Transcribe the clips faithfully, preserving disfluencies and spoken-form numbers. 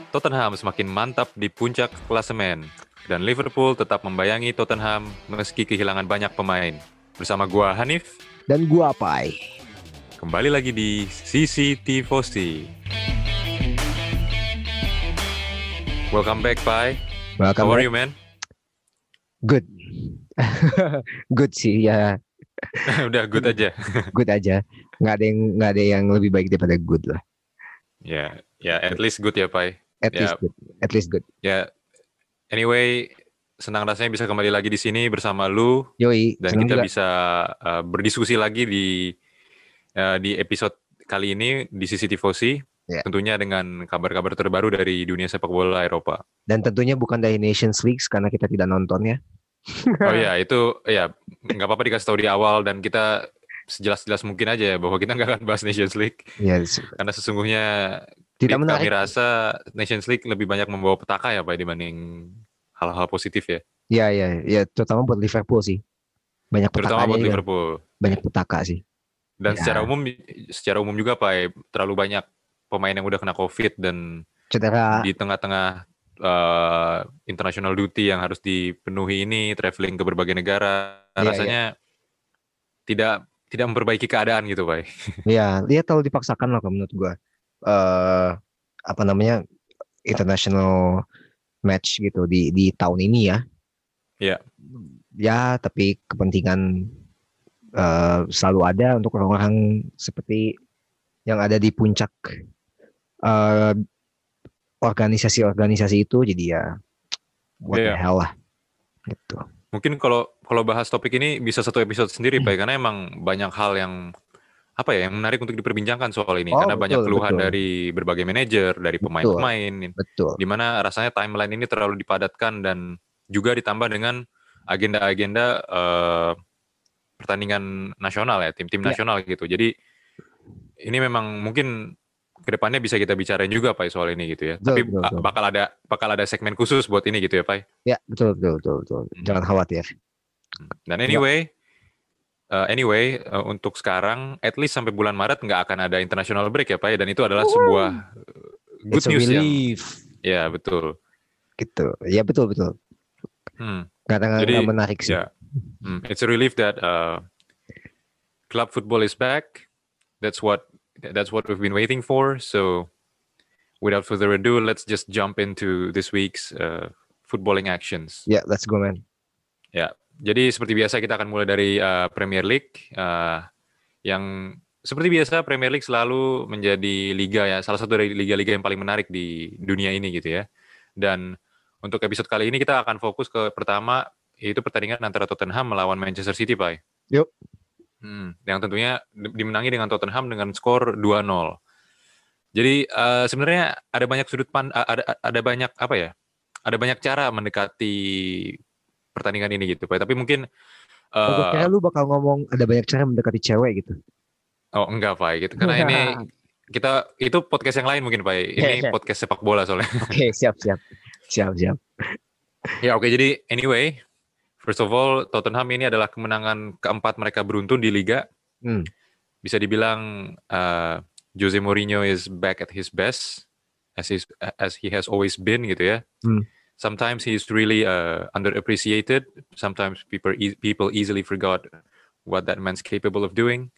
Tottenham semakin mantap di puncak klasemen, dan Liverpool tetap membayangi Tottenham meski kehilangan banyak pemain. Bersama gua Hanif, Dan gua Pai. kembali lagi di C C T V O S I. Welcome back, Pai. Welcome How are back. you, man? Good. Good sih ya. Udah good aja. Good aja. Nggak ada yang nggak ada yang lebih baik daripada good lah. Ya, ya, at least good ya, Pai. At Ya, least good. At least good. ya. Anyway, senang rasanya bisa kembali lagi di sini bersama lu, Yoi. dan senang kita juga. bisa uh, berdiskusi lagi di uh, di episode kali ini di C C T V O S I. Ya. Tentunya dengan kabar-kabar terbaru dari dunia sepak bola Eropa. Dan tentunya bukan dari Nations League karena kita tidak nonton ya. Oh iya, itu ya nggak apa-apa dikasih tahu di awal, dan kita sejelas-jelas mungkin aja ya bahwa kita nggak akan bahas Nations League. Yes. Karena sesungguhnya Tidak kami menarik. rasa Nations League lebih banyak membawa petaka ya Pak dibanding hal-hal positif ya. Ya ya ya terutama buat Liverpool sih. Banyak Terutama petakanya buat juga. Liverpool. Banyak petaka sih. Dan Ya. secara umum secara umum juga Pak, terlalu banyak pemain yang udah kena COVID dan Cedera. di tengah-tengah uh, international duty yang harus dipenuhi ini, traveling ke berbagai negara, Iya, rasanya tidak tidak memperbaiki keadaan gitu, Pak. Ya, dia terlalu dipaksakan lah kalau menurut gua. Eh apa namanya international match gitu di di tahun ini ya. Iya. Ya, tapi kepentingan uh, selalu ada untuk orang-orang seperti yang ada di puncak uh, organisasi-organisasi itu, jadi ya what the Iya. hell lah gitu. Mungkin kalau kalau bahas topik ini bisa satu episode sendiri, Pak, karena emang banyak hal yang apa ya yang menarik untuk diperbincangkan soal ini, Oh, karena betul, banyak keluhan betul. dari berbagai manajer, dari Betul, pemain-pemain, betul. di mana rasanya timeline ini terlalu dipadatkan dan juga ditambah dengan agenda-agenda uh, pertandingan nasional ya, tim-tim Ya. nasional gitu. Jadi ini memang mungkin kedepannya bisa kita bicarain juga Pak soal ini gitu ya. Betul, Tapi betul, uh, betul. bakal ada bakal ada segmen khusus buat ini gitu ya Pak. Ya, betul, betul, betul, betul. Jangan khawatir. Dan anyway, uh, anyway uh, untuk sekarang, at least sampai bulan Maret nggak akan ada international break ya Pak. Dan itu adalah sebuah uh, good It's a news yang, relief. ya betul. Gitu, ya betul, betul. Hmm. Kadang Jadi menarik sih. ya, hmm, it's a relief that uh, club football is back. That's what that's what we've been waiting for. So without further ado, let's just jump into this week's uh, footballing actions. Ya, yeah, let's go man. Ya, jadi seperti biasa kita akan mulai dari uh, Premier League, uh, yang seperti biasa Premier League selalu menjadi liga ya, salah satu dari liga-liga yang paling menarik di dunia ini gitu ya. Dan untuk episode kali ini kita akan fokus ke pertama, yaitu pertandingan antara Tottenham melawan Manchester City, Pak. Yuk. Hmm, yang tentunya dimenangi dengan Tottenham dengan skor dua nol. Jadi uh, sebenarnya ada banyak sudut pan, uh, ada ada banyak apa ya? Ada banyak cara mendekati pertandingan ini gitu, Pak. Tapi mungkin uh, oh, gue kira lu bakal ngomong ada banyak cara mendekati cewek gitu. Oh, enggak, Pak. Gitu. Karena ini kita itu podcast yang lain mungkin, Pak. Ini podcast sepak bola soalnya. Oke, okay, siap, siap. Siap, siap. Ya, oke. Okay, jadi anyway, first of all, Tottenham ini adalah kemenangan keempat mereka beruntun di liga. Hmm. Bisa dibilang uh, Jose Mourinho is back at his best, as his, as he has always been gitu ya. Hmm. Sometimes he's really uh, underappreciated. Sometimes people e- people easily forgot what that man's capable of doing.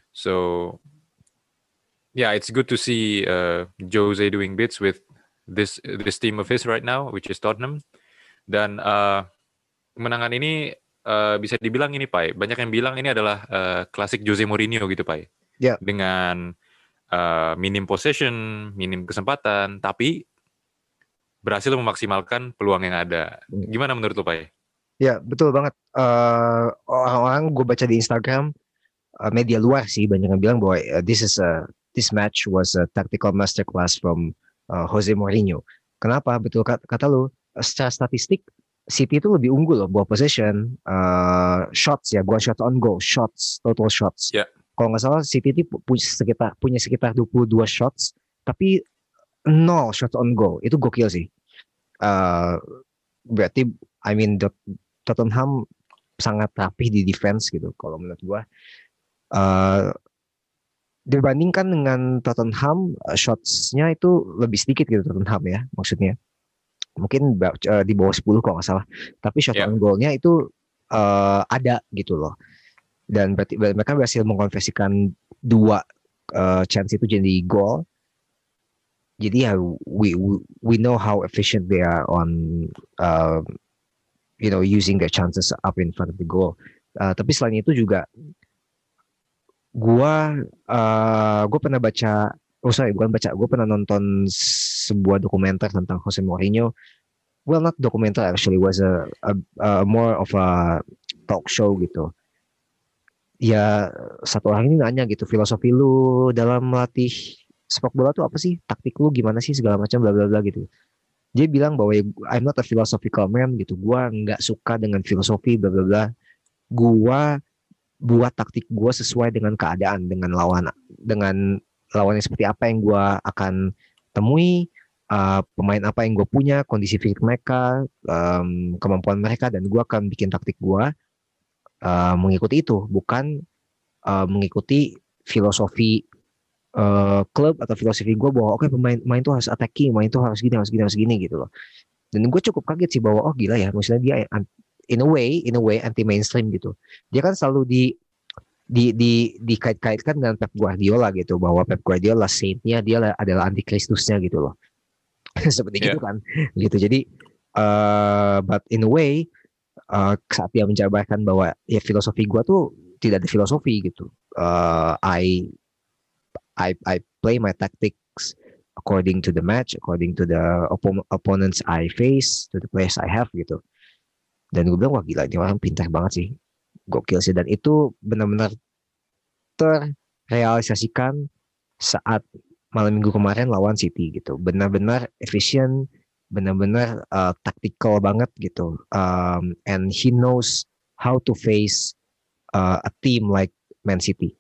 So yeah, it's good to see uh, Jose doing bits with this this team of his right now, which is Tottenham. Dan uh, kemenangan ini uh, bisa dibilang ini, Pak. Banyak yang bilang ini adalah uh, klasik Jose Mourinho gitu, Pak. Yeah. Dengan uh, minim possession, minim kesempatan, tapi berhasil memaksimalkan peluang yang ada. Gimana menurut lo, Pak? Ya, betul banget. Uh, orang-orang gue baca di Instagram, uh, media luar sih banyak yang bilang bahwa uh, this is a this match was a tactical masterclass from uh, Jose Mourinho. Kenapa? Betul kata, kata lu, secara statistik City itu lebih unggul loh, ball possession, uh, shots ya, bukan shots on goal, shots, total shots. Yeah. Kalau nggak salah City itu punya sekitar punya sekitar dua puluh dua shots, tapi nol shots on goal. Itu gokil sih. Uh, berarti I mean Tottenham sangat rapi di defense gitu kalau menurut gua. Uh, dibandingkan dengan Tottenham, uh, shots-nya itu lebih sedikit gitu Tottenham ya, maksudnya. Mungkin ba- uh, di bawah sepuluh kalau nggak salah. Tapi shot Ya, on goal-nya itu uh, ada gitu loh. Dan berarti mereka berhasil mengkonversikan dua uh, chance itu jadi gol. Jadi ya we we, we know how efficient they are on uh, you know using their chances up in front of the goal. Uh, tapi selain itu juga gua uh, gua pernah baca, oh sorry bukan baca, gua pernah nonton sebuah dokumenter tentang Jose Mourinho. Well, not dokumenter actually, was a, a, a more of a talk show gitu. Ya satu orang ini nanya gitu, filosofi lu dalam melatih sepak bola tuh apa sih? Taktik lu gimana sih segala macam bla bla bla gitu. Dia bilang bahwa ya, I'm not a philosophical man gitu. Gua nggak suka dengan filosofi bla bla bla. Gua buat taktik gua sesuai dengan keadaan, dengan lawan, dengan lawannya seperti apa yang gua akan temui, uh, pemain apa yang gue punya, kondisi fisik mereka, um, kemampuan mereka, dan gue akan bikin taktik gue uh, mengikuti itu, bukan uh, mengikuti filosofi uh, klub atau filosofi gue bahwa oke okay, pemain pemain itu harus attacking, pemain itu harus gini harus gini harus gini gitu loh. Dan gue cukup kaget sih bahwa oh gila ya, maksudnya dia in a way in a way anti mainstream gitu. Dia kan selalu di di di dikait-kaitkan dengan Pep Guardiola gitu, bahwa Pep Guardiola saintnya dia adalah antikristusnya gitu loh. Seperti gitu ya, kan gitu. Jadi uh, but in a way uh, saat dia menjabarkan bahwa ya filosofi gue tuh tidak ada filosofi gitu. Uh, I I I play my tactics according to the match, according to the oppo- opponents I face, to the players I have gitu. Dan gue bilang wah gila ini orang pintar banget sih, gokil sih. Dan itu benar-benar terrealisasikan saat malam minggu kemarin lawan City gitu. Benar-benar efisien, benar-benar uh, tactical banget gitu. Um, and he knows how to face uh, a team like Man City.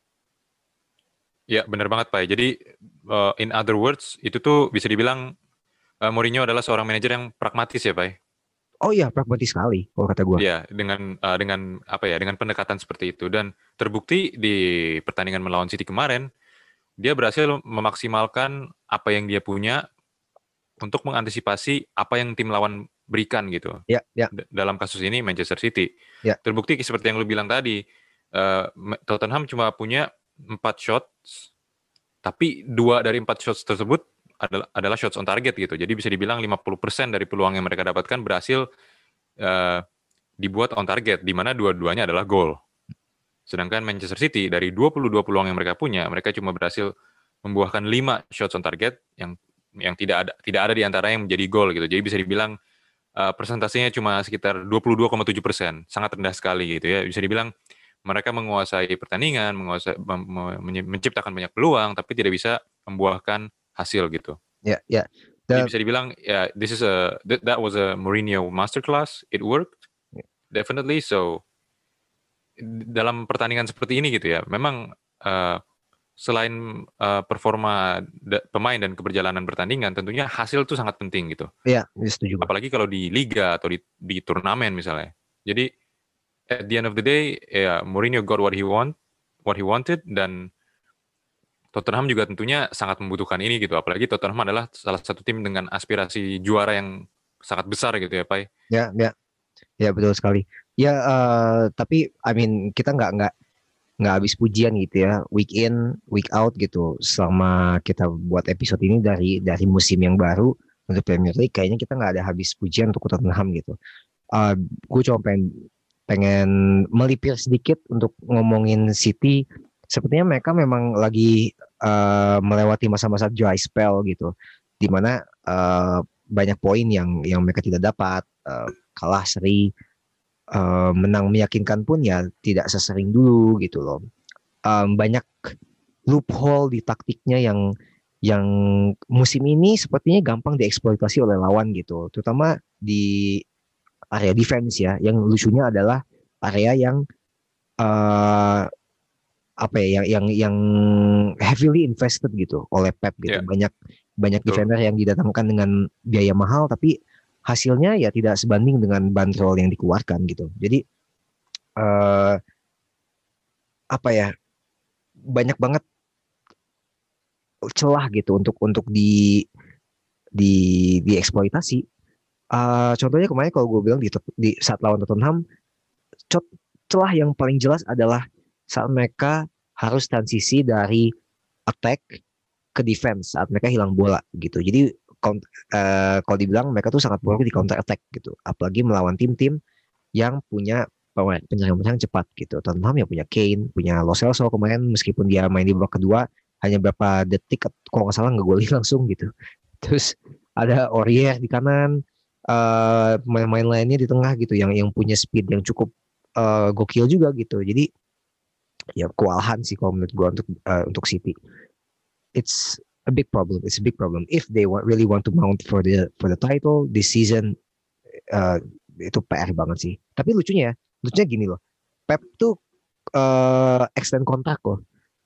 ya benar banget Pak. Jadi uh, in other words itu tuh bisa dibilang uh, Mourinho adalah seorang manajer yang pragmatis ya Pak. Oh iya, pragmatis sekali kalau kata gue. Ya, dengan uh, dengan apa ya, dengan pendekatan seperti itu dan terbukti di pertandingan melawan City kemarin, dia berhasil memaksimalkan apa yang dia punya untuk mengantisipasi apa yang tim lawan berikan gitu. Ya, ya, D- dalam kasus ini Manchester City. ya, Terbukti seperti yang lu bilang tadi, uh, Tottenham cuma punya empat shots, tapi dua dari empat shots tersebut adalah adalah shots on target gitu. Jadi bisa dibilang lima puluh persen dari peluang yang mereka dapatkan berhasil uh, dibuat on target, di mana dua-duanya adalah gol. Sedangkan Manchester City dari dua puluh dua peluang yang mereka punya, mereka cuma berhasil membuahkan lima shots on target yang yang tidak ada tidak ada di antara yang menjadi gol gitu. Jadi bisa dibilang uh, persentasenya cuma sekitar dua puluh dua koma tujuh persen, sangat rendah sekali gitu ya. Bisa dibilang mereka menguasai pertandingan, menguasai menciptakan banyak peluang, tapi tidak bisa membuahkan hasil gitu. ya, ya. Jadi Dan bisa dibilang ya, this is a that, that was a Mourinho masterclass. It worked definitely. So dalam pertandingan seperti ini gitu ya, memang uh, selain uh, performa da- pemain dan keberjalanan pertandingan, tentunya hasil itu sangat penting gitu. ya, setuju gue. Apalagi kalau di liga atau di, di turnamen misalnya. Jadi at the end of the day, ya Mourinho got what he want, what he wanted, dan Tottenham juga tentunya sangat membutuhkan ini gitu. Apalagi Tottenham adalah salah satu tim dengan aspirasi juara yang sangat besar gitu ya, Pai. Ya, ya, ya betul sekali. Ya, uh, tapi I mean kita nggak nggak nggak habis pujian gitu ya, week in week out gitu, selama kita buat episode ini dari dari musim yang baru untuk Premier League. Kayaknya kita nggak ada habis pujian untuk Tottenham gitu. uh, gue cuma pengen pengen melipir sedikit untuk ngomongin City. Sepertinya mereka memang lagi uh, melewati masa-masa dry spell gitu, dimana uh, banyak poin yang yang mereka tidak dapat, uh, kalah seri, uh, menang meyakinkan pun ya tidak sesering dulu gitu loh. Um, banyak loophole di taktiknya yang yang musim ini sepertinya gampang dieksploitasi oleh lawan gitu, terutama di area defense ya. Yang lucunya adalah area yang uh, apa ya, yang yang yang heavily invested gitu oleh Pep gitu. Ya, Banyak banyak betul. defender yang didatangkan dengan biaya mahal, tapi hasilnya ya tidak sebanding dengan bandrol yang dikeluarkan gitu. Jadi uh, apa ya, banyak banget celah gitu untuk untuk di di dieksploitasi. Uh, contohnya kemarin kalau gue bilang di, di saat lawan Tottenham, celah yang paling jelas adalah saat mereka harus transisi dari attack ke defense saat mereka hilang bola gitu. Jadi uh, kalau dibilang mereka tuh sangat buruk di counter attack gitu. Apalagi melawan tim-tim yang punya penyerang-penyerang cepat gitu. Tottenham yang punya Kane, punya Lo Celso kemarin meskipun dia main di babak kedua hanya berapa detik kalau nggak salah ngegolin langsung gitu. Terus ada Aurier di kanan, uh, main-main lainnya di tengah gitu yang yang punya speed yang cukup uh, gokil juga gitu. Jadi ya kewalahan sih kalau menurut gue untuk uh, untuk City. It's a big problem. It's a big problem. If they want, really want to mount for the for the title this season, uh, itu P R banget sih. Tapi lucunya, lucunya gini loh. Pep tuh uh, extend kontrak loh.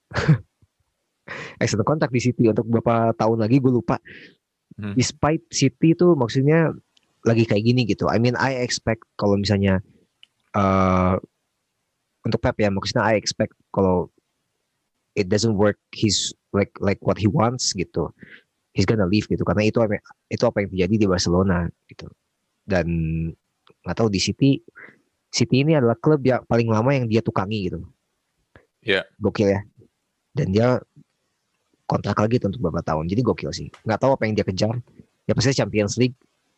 extend kontrak di City untuk beberapa tahun lagi gue lupa. Hmm. Despite City tuh maksudnya lagi kayak gini gitu. I mean I expect kalau misalnya uh, untuk Pep ya maksudnya I expect kalau it doesn't work he's like like what he wants gitu. He's gonna leave gitu karena itu itu apa yang terjadi di Barcelona gitu. Dan nggak tahu di City City ini adalah klub yang paling lama yang dia tukangi gitu. Iya. Yeah. Gokil ya. Dan dia kontrak lagi untuk beberapa tahun. Jadi gokil sih. Nggak tahu apa yang dia kejar. Ya pasti Champions League.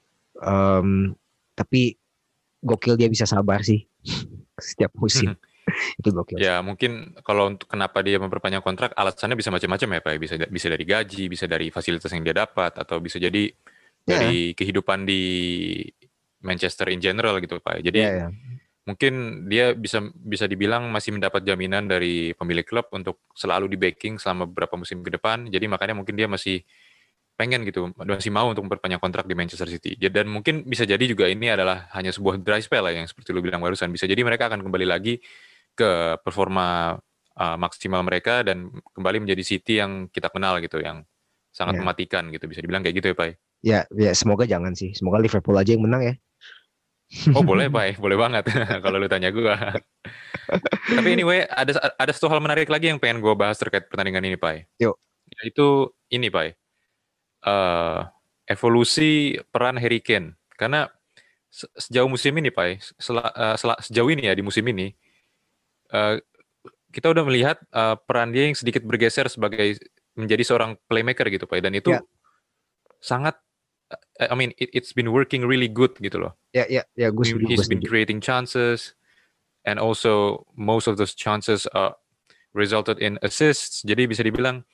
Um, tapi gokil dia bisa sabar sih setiap musim. Itu gokil. Ya mungkin kalau untuk kenapa dia memperpanjang kontrak alasannya bisa macam-macam ya Pak. Bisa bisa dari gaji, bisa dari fasilitas yang dia dapat, atau bisa jadi yeah. dari kehidupan di Manchester in general gitu Pak. Jadi yeah, yeah. mungkin dia bisa bisa dibilang masih mendapat jaminan dari pemilik klub untuk selalu di backing selama beberapa musim ke depan. Jadi makanya mungkin dia masih pengen gitu, masih mau untuk memperpanjang kontrak di Manchester City. Dan mungkin bisa jadi juga ini adalah hanya sebuah dry spell lah yang seperti lu bilang barusan. Bisa jadi mereka akan kembali lagi ke performa uh, maksimal mereka dan kembali menjadi City yang kita kenal gitu, yang sangat yeah. mematikan gitu. Bisa dibilang kayak gitu ya Pak? Ya, ya semoga jangan sih. Semoga Liverpool aja yang menang ya. Oh boleh Pak, boleh banget kalau lu tanya gue. Tapi anyway, ada ada satu hal menarik lagi yang pengen gue bahas terkait pertandingan ini Pak. Yuk. Yaitu ini Pak, uh, evolusi peran Harry Kane. Karena sejauh musim ini Pak, sel, uh, sel, sejauh ini ya di musim ini, uh, kita udah melihat uh, peran dia yang sedikit bergeser sebagai menjadi seorang playmaker gitu Pak. Dan itu yeah. sangat I mean, it, it's been working really good gitu loh. Ya, ya, ya. Gue setuju. He's been creating chances, and also most of those chances are resulted in assists. Jadi bisa dibilang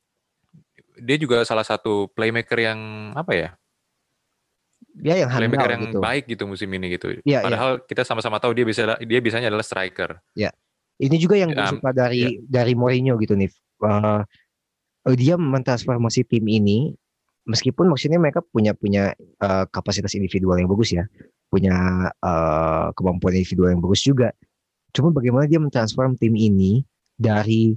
dia juga salah satu playmaker yang apa ya? Dia yang playmaker handal yang gitu. baik gitu musim ini gitu. Ya, Padahal ya. kita sama-sama tahu dia bisa dia bisanya adalah striker. Ya. Ini juga yang gue um, suka dari ya. dari Mourinho gitu nih. Uh, dia mentransformasi tim ini. Meskipun maksudnya mereka punya punya uh, kapasitas individual yang bagus ya, punya uh, kemampuan individual yang bagus juga. Cuma bagaimana dia mentransform tim ini dari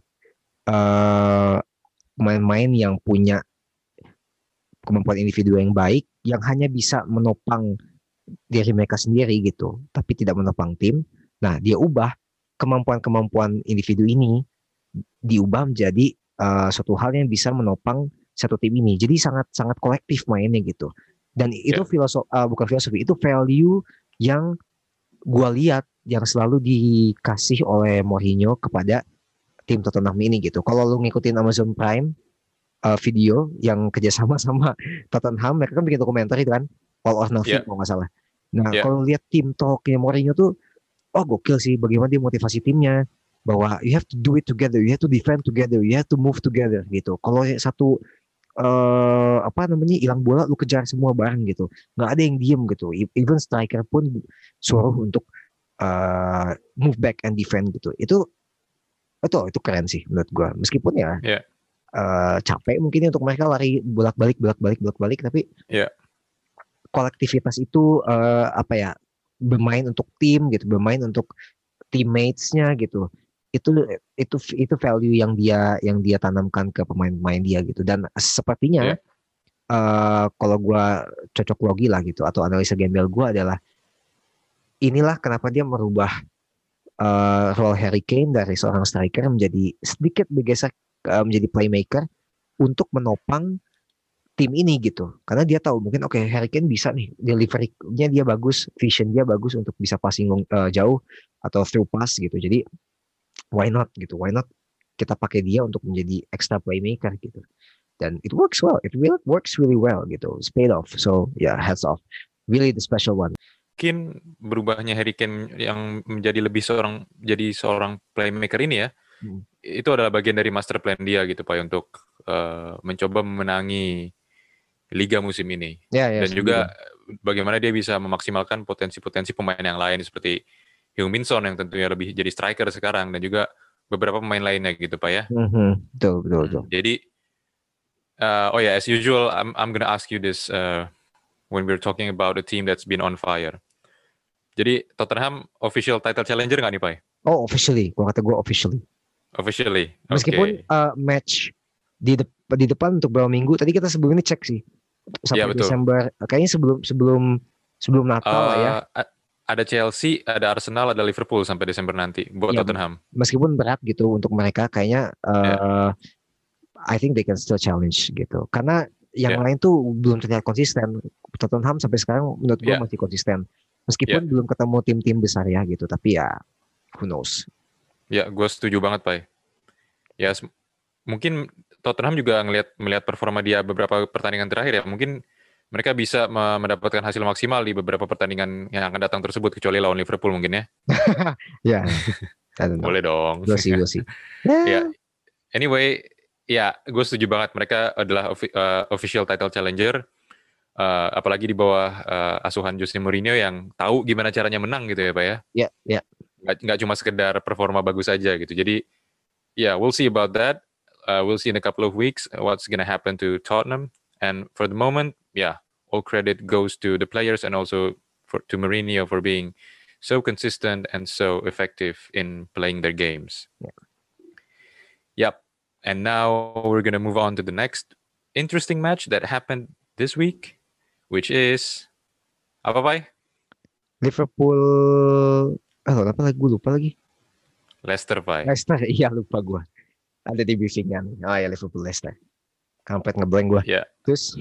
uh, pemain-pemain yang punya kemampuan individu yang baik, yang hanya bisa menopang diri mereka sendiri gitu, tapi tidak menopang tim. Nah, dia ubah kemampuan-kemampuan individu ini diubah menjadi uh, suatu hal yang bisa menopang satu tim ini. Jadi sangat sangat kolektif mainnya gitu. Dan itu yeah. filosofi uh, bukan filosofi, itu value yang gua lihat yang selalu dikasih oleh Mourinho kepada tim Tottenham ini gitu. Kalau lu ngikutin Amazon Prime uh, video yang kerjasama sama Tottenham, mereka kan bikin dokumenter itu kan, All or Nothing yeah. kalau nggak salah. Nah yeah. kalau lihat tim talknya Mourinho tuh, oh gokil sih bagaimana dia motivasi timnya. Bahwa you have to do it together, you have to defend together, you have to move together gitu. Kalau satu Uh, apa namanya hilang bola lu kejar semua bareng gitu, nggak ada yang diem gitu. Even striker pun suruh untuk uh, move back and defend gitu. Itu itu itu keren sih menurut gua. Meskipun ya yeah. uh, capek mungkin untuk mereka lari bolak balik bolak balik bolak balik, tapi yeah. kolektivitas itu uh, apa ya, bermain untuk tim gitu, bermain untuk teammates-nya gitu. itu itu itu value yang dia yang dia tanamkan ke pemain-pemain dia gitu. Dan sepertinya yeah. uh, kalau gue cocok logi lah gitu, atau analisa gembel gue adalah inilah kenapa dia merubah uh, role Harry Kane dari seorang striker menjadi sedikit bergeser uh, menjadi playmaker, untuk menopang tim ini gitu. Karena dia tahu mungkin oke okay, Harry Kane bisa nih, delivery-nya dia bagus, vision dia bagus untuk bisa passing uh, jauh atau through pass gitu. Jadi why not gitu? Why not kita pakai dia untuk menjadi extra playmaker gitu. Dan it works well. It really works really well gitu. It's paid off. So yeah, hats off. Really the special one. Mungkin berubahnya Harry Kane yang menjadi lebih seorang jadi seorang playmaker ini ya. Hmm. Itu adalah bagian dari master plan dia gitu Pak untuk uh, mencoba memenangi liga musim ini. Ya, ya, dan juga juga bagaimana dia bisa memaksimalkan potensi-potensi pemain yang lain seperti Heung-min Son yang tentunya lebih jadi striker sekarang dan juga beberapa pemain lainnya gitu Pak ya. Mm-hmm. Betul, betul, betul. Hmm, jadi uh, oh ya yeah, as usual I'm I'm gonna ask you this uh, when we're talking about a team that's been on fire. Jadi Tottenham official title challenger nggak nih Pak? Oh officially, gua kata gue officially. Officially. Meskipun okay. uh, match di, de- di depan untuk beberapa minggu tadi kita sebelum ini cek sih sampai ya, Desember kayaknya sebelum sebelum sebelum Natal uh, lah ya. Ada Chelsea, ada Arsenal, ada Liverpool sampai Desember nanti buat ya, Tottenham. Meskipun berat gitu untuk mereka kayaknya uh, yeah. I think they can still challenge gitu. Karena yang yeah. lain tuh belum terlihat konsisten. Tottenham sampai sekarang menurut gue yeah. masih konsisten. Meskipun yeah. belum ketemu tim-tim besar ya gitu, tapi ya who knows. Ya, gue setuju banget, Pak. Ya, mungkin Tottenham juga ngelihat melihat performa dia beberapa pertandingan terakhir ya. Mungkin mereka bisa mendapatkan hasil maksimal di beberapa pertandingan yang akan datang tersebut kecuali lawan Liverpool mungkin ya. Ya. Boleh dong. We'll see, we'll see. Ya. Anyway, ya, gue setuju banget mereka adalah uh, official title challenger. Uh, apalagi di bawah uh, asuhan Jose Mourinho yang tahu gimana caranya menang gitu ya Pak ya. Iya, yeah, iya. Yeah. Nggak, nggak cuma sekedar performa bagus aja gitu. Jadi, ya yeah, we'll see about that. Uh, we'll see in a couple of weeks what's gonna happen to Tottenham. And for the moment, yeah, all credit goes to the players and also for, to Mourinho for being so consistent and so effective in playing their games. Yeah. Yep. And now we're gonna move on to the next interesting match that happened this week, which is apa Pak? Liverpool. Oh, apa lagi? Gue lupa lagi. Leicester Pak. Leicester, iya lupa gue. Ada di briefingnya. Oh ya Liverpool Leicester. Kampret ngeblank gue. Yeah. Terus.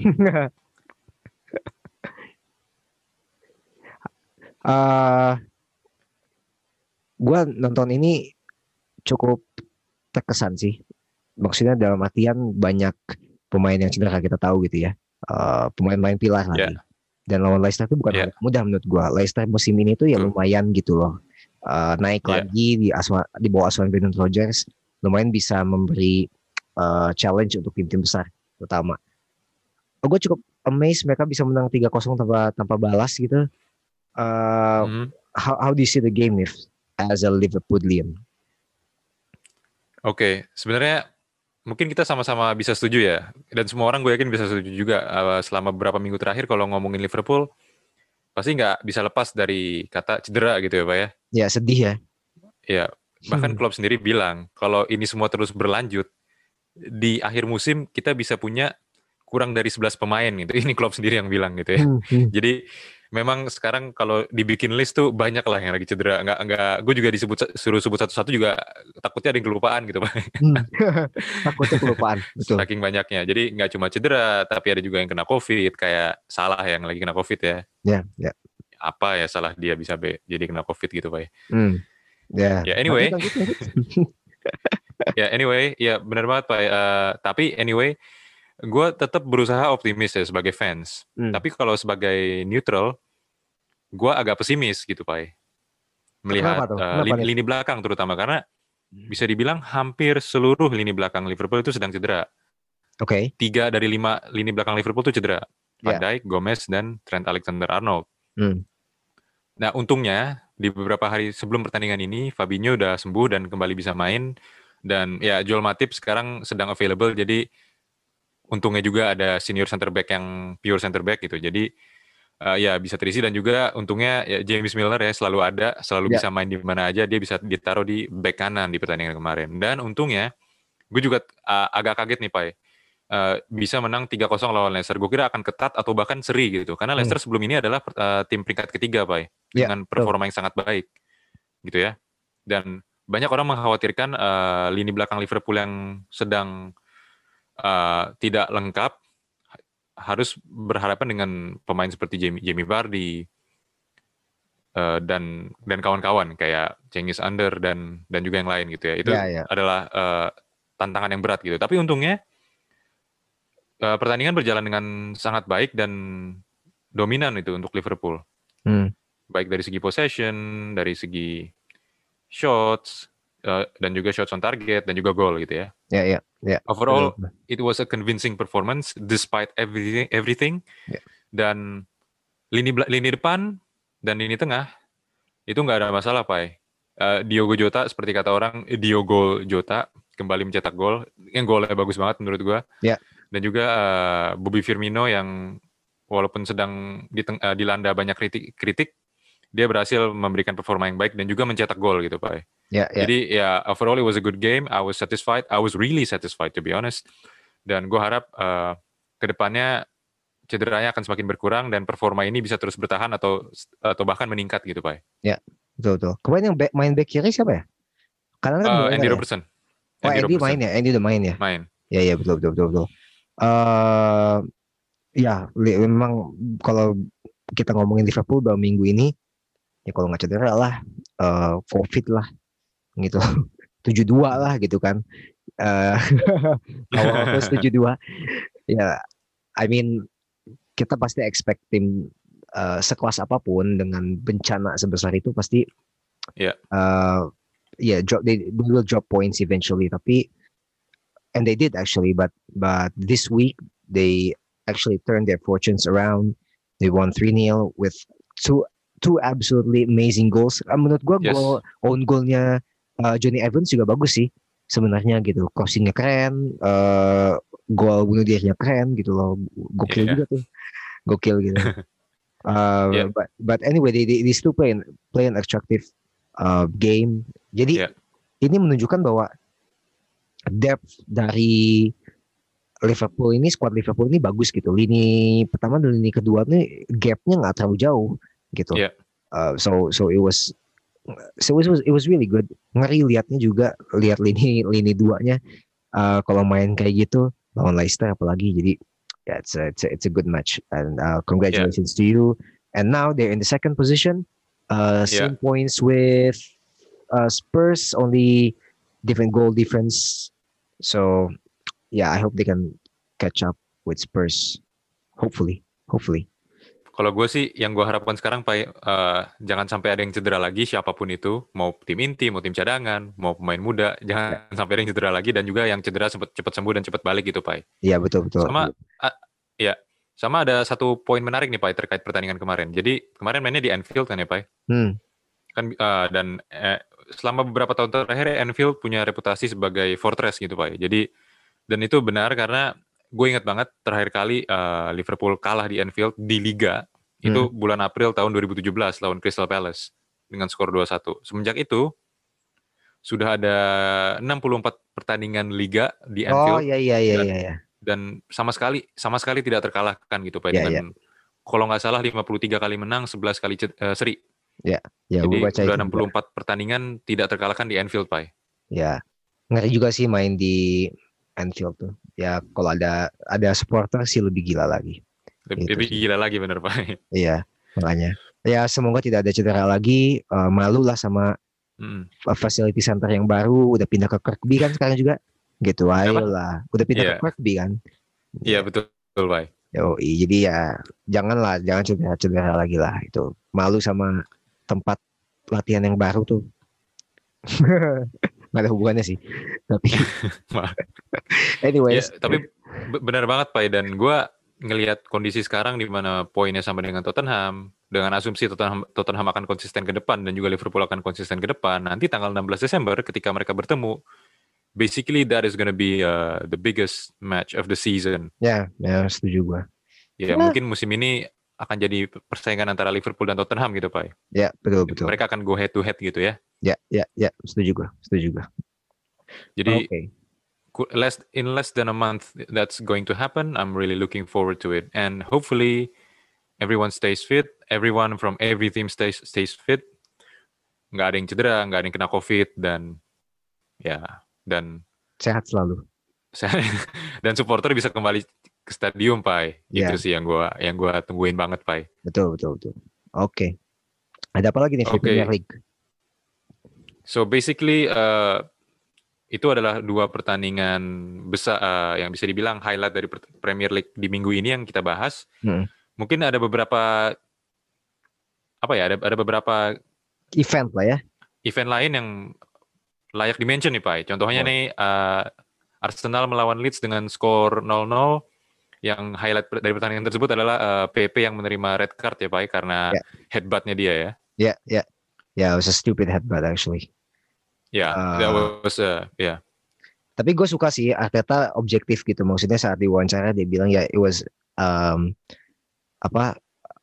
uh, gue nonton ini cukup terkesan sih. Maksudnya dalam artian banyak pemain yang cedera kita tahu gitu ya. Uh, pemain-pemain pilar lagi. Yeah. Dan lawan Leicester itu bukan yeah. mudah menurut gue. Leicester musim ini tuh ya uh. lumayan gitu loh. Uh, naik yeah. lagi di aswa, di bawah asuhan Brendan Rodgers, lumayan bisa memberi uh, challenge untuk tim-tim besar terutama. Oh, gue cukup amazed mereka bisa menang tiga kosong tanpa tanpa balas gitu. Uh, mm-hmm. how, how do you see the game if as a Liverpoolian? Oke, okay. Sebenarnya mungkin kita sama-sama bisa setuju ya, dan semua orang gue yakin bisa setuju juga uh, selama beberapa minggu terakhir kalau ngomongin Liverpool pasti nggak bisa lepas dari kata cedera gitu ya Pak ya. Ya sedih ya. Ya bahkan hmm. Klopp sendiri bilang kalau ini semua terus berlanjut di akhir musim kita bisa punya kurang dari sebelas pemain gitu. Ini Klopp sendiri yang bilang gitu ya. Hmm. Hmm. Jadi memang sekarang kalau dibikin list tuh banyak lah yang lagi cedera. Nggak nggak. Gue juga disebut suruh sebut satu-satu juga takutnya ada yang kelupaan gitu Pak. Hmm. Takutnya kelupaan. Betul. Saking banyaknya. Jadi nggak cuma cedera, tapi ada juga yang kena COVID kayak Salah yang lagi kena COVID ya. Ya. Ya. Apa ya salah dia bisa be, jadi kena COVID gitu Pak. Hmm. Ya. Ya anyway. ya anyway, ya benar banget Pak. Uh, tapi anyway. Gue tetap berusaha optimis ya sebagai fans. Hmm. Tapi kalau sebagai neutral, gue agak pesimis gitu Pak. Melihat uh, lini, lini belakang terutama karena hmm. bisa dibilang hampir seluruh lini belakang Liverpool itu sedang cedera. Oke. Okay. Tiga dari lima lini belakang Liverpool itu cedera. Van Dijk, yeah. Gomez, dan Trent Alexander-Arnold. Hmm. Nah untungnya di beberapa hari sebelum pertandingan ini Fabinho udah sembuh dan kembali bisa main. Dan ya Joel Matip sekarang sedang available jadi untungnya juga ada senior center back yang pure center back gitu. Jadi uh, ya bisa terisi dan juga untungnya ya James Milner ya selalu ada, selalu yeah. bisa main di mana aja, dia bisa ditaruh di back kanan di pertandingan kemarin. Dan untungnya gue juga uh, agak kaget nih Pak. Uh, bisa menang tiga kosong lawan Leicester. Gue kira akan ketat atau bahkan seri gitu. Karena Leicester hmm. sebelum ini adalah uh, tim peringkat ketiga Pak dengan yeah, performa yang sangat baik. Gitu ya. Dan banyak orang mengkhawatirkan uh, lini belakang Liverpool yang sedang uh, tidak lengkap, harus berhadapan dengan pemain seperti Jamie, Jamie Vardy uh, dan dan kawan-kawan kayak Cengiz Under dan dan juga yang lain gitu ya. Itu Ya, ya. adalah uh, tantangan yang berat gitu. Tapi untungnya uh, pertandingan berjalan dengan sangat baik dan dominan itu untuk Liverpool. Hmm. Baik dari segi possession, dari segi shots, uh, dan juga shots on target, dan juga gol gitu ya. Ya, ya, ya. Overall, Betul. it was a convincing performance despite everything. everything. Ya. Dan lini lini depan dan lini tengah itu nggak ada masalah, Pai. Uh, Diogo Jota, seperti kata orang, Diogo Jota kembali mencetak gol. Yang golnya bagus banget menurut gua. Ya. Dan juga uh, Bobby Firmino yang walaupun sedang diteng- uh, dilanda banyak kritik, kritik, dia berhasil memberikan performa yang baik dan juga mencetak gol gitu, Pak. Ya, ya. Jadi ya overall it was a good game. I was satisfied. I was really satisfied to be honest. Dan gue harap uh, kedepannya cederanya akan semakin berkurang dan performa ini bisa terus bertahan atau atau bahkan meningkat gitu, Pak. Ya, betul betul. Kemarin yang back, main back kiri siapa ya? Karena kan Uh, Andy ya? Robertson. Oh, Andy, Andy Robertson. main ya? Andy udah main ya? Main. Ya, ya, betul betul betul betul. Uh, ya, memang kalau kita ngomongin Liverpool dalam minggu ini, ya kalau nggak cedera lah, uh, COVID lah, gitu, tujuh dua lah gitu kan. Uh, awal terus tujuh dua. Ya, I mean kita pasti expect tim uh, sekelas apapun dengan bencana sebesar itu pasti, ya, yeah. uh, yeah, drop they, they will drop points eventually. Tapi and they did actually, but but this week they actually turned their fortunes around. They won three nil with two two absolutely amazing goals. Uh, menurut gue yes. goal own goalnya uh, Johnny Evans juga bagus sih sebenarnya gitu. Crossingnya keren, uh, gol bunuh dirinya keren gitu loh. Gokil yeah. juga tuh, gokil gitu. uh, yeah. But but anyway, they they, they still play an, play an attractive uh, game. Jadi yeah. ini menunjukkan bahwa depth dari Liverpool ini, squad Liverpool ini bagus gitu. Lini pertama dan lini kedua nih gapnya nggak terlalu jauh gitu. Yeah. Uh, so so it was so it was it was really good. Ngeri liatnya juga, lihat lini lini duanya uh, kalau main kayak gitu lawan Leicester apalagi. Jadi yeah, it's a, it's a, it's a good match and uh, congratulations yeah. to you. And now they're in the second position, uh, same yeah. points with uh, Spurs, only different goal difference. So yeah, I hope they can catch up with Spurs. Hopefully, hopefully. Kalau gue sih, yang gue harapkan sekarang, Pak, uh, jangan sampai ada yang cedera lagi, siapapun itu, mau tim inti, mau tim cadangan, mau pemain muda, jangan ya. sampai ada yang cedera lagi, dan juga yang cedera cepat cepat sembuh dan cepat balik gitu, Pak. Iya betul betul. Sama, uh, ya, sama ada satu poin menarik nih, Pak, terkait pertandingan kemarin. Jadi kemarin mainnya di Anfield kan ya, Pak? Hmm. Kan uh, dan uh, selama beberapa tahun terakhir, Anfield punya reputasi sebagai fortress gitu, Pak. Jadi dan itu benar karena gue ingat banget terakhir kali uh, Liverpool kalah di Anfield di Liga hmm. itu bulan April tahun dua ribu tujuh belas lawan Crystal Palace dengan skor dua satu. Semenjak itu sudah ada enam puluh empat pertandingan Liga di Anfield. Oh iya iya iya dan, iya. Dan sama sekali sama sekali tidak terkalahkan gitu Pak yeah, dengan yeah. kalau nggak salah lima puluh tiga kali menang, sebelas kali uh, seri. Ya, yeah, yeah, jadi baca udah enam puluh empat juga. Pertandingan tidak terkalahkan di Anfield, Pak. Ya, ngeri juga sih main di Anfield tuh. Ya, kalau ada ada supporter sih lebih gila lagi. Lebih, lebih gila lagi bener, Pak. Iya, makanya. Ya, semoga tidak ada cedera lagi. Uh, malu lah sama mm. facility center yang baru. Udah pindah ke Kirkby kan sekarang juga. Gitu, ayolah. Udah pindah yeah. ke Kirkby kan. Iya, yeah, betul, betul, Pak. Oh, jadi ya janganlah, jangan cedera-cedera lagi lah. Itu malu sama tempat latihan yang baru tuh. Nggak ada hubungannya sih, tapi anyways. Ya, tapi benar banget, Pak. Dan gue ngelihat kondisi sekarang di mana poinnya sama dengan Tottenham, dengan asumsi Tottenham, Tottenham akan konsisten ke depan dan juga Liverpool akan konsisten ke depan. Nanti tanggal enam belas Desember ketika mereka bertemu, basically that is gonna be uh, the biggest match of the season. Ya, ya setuju gue. Ya, ya, mungkin musim ini akan jadi persaingan antara Liverpool dan Tottenham gitu, Pak. Ya, betul betul. Mereka akan go head to head gitu ya. Ya, ya, ya, setuju gue, setuju gue. Jadi okay. less in less than a month that's going to happen. I'm really looking forward to it, and hopefully everyone stays fit. Everyone from every team stays stays fit. Nggak ada yang cedera, nggak ada yang kena COVID, dan ya dan sehat selalu. dan supporter bisa kembali ke stadium, Pai. Ya, Itu sih yang gua yang gua tungguin banget, Pai. betul, betul, betul. Oke. Ada apa lagi nih di Premier Oke, League? so basically eh, itu adalah dua pertandingan besar eh, yang bisa dibilang highlight dari per- Premier League di minggu ini yang kita bahas. Hmm. Mungkin ada beberapa apa ya, ada ada beberapa Event lah ya. event lain yang layak di-mention nih, Pai. Contohnya Boleh. nih eh, Arsenal melawan Leeds dengan skor nol nol. Yang highlight per- dari pertandingan tersebut adalah eh, P P yang menerima red card ya, Pai, karena Ya, headbutt-nya dia ya. ya, ya. Ya, it was a stupid headbutt actually. Ya, that Uh, was uh, ya. tapi gue suka sih Arteta objektif gitu. Maksudnya saat diwawancara dia bilang ya it was um, apa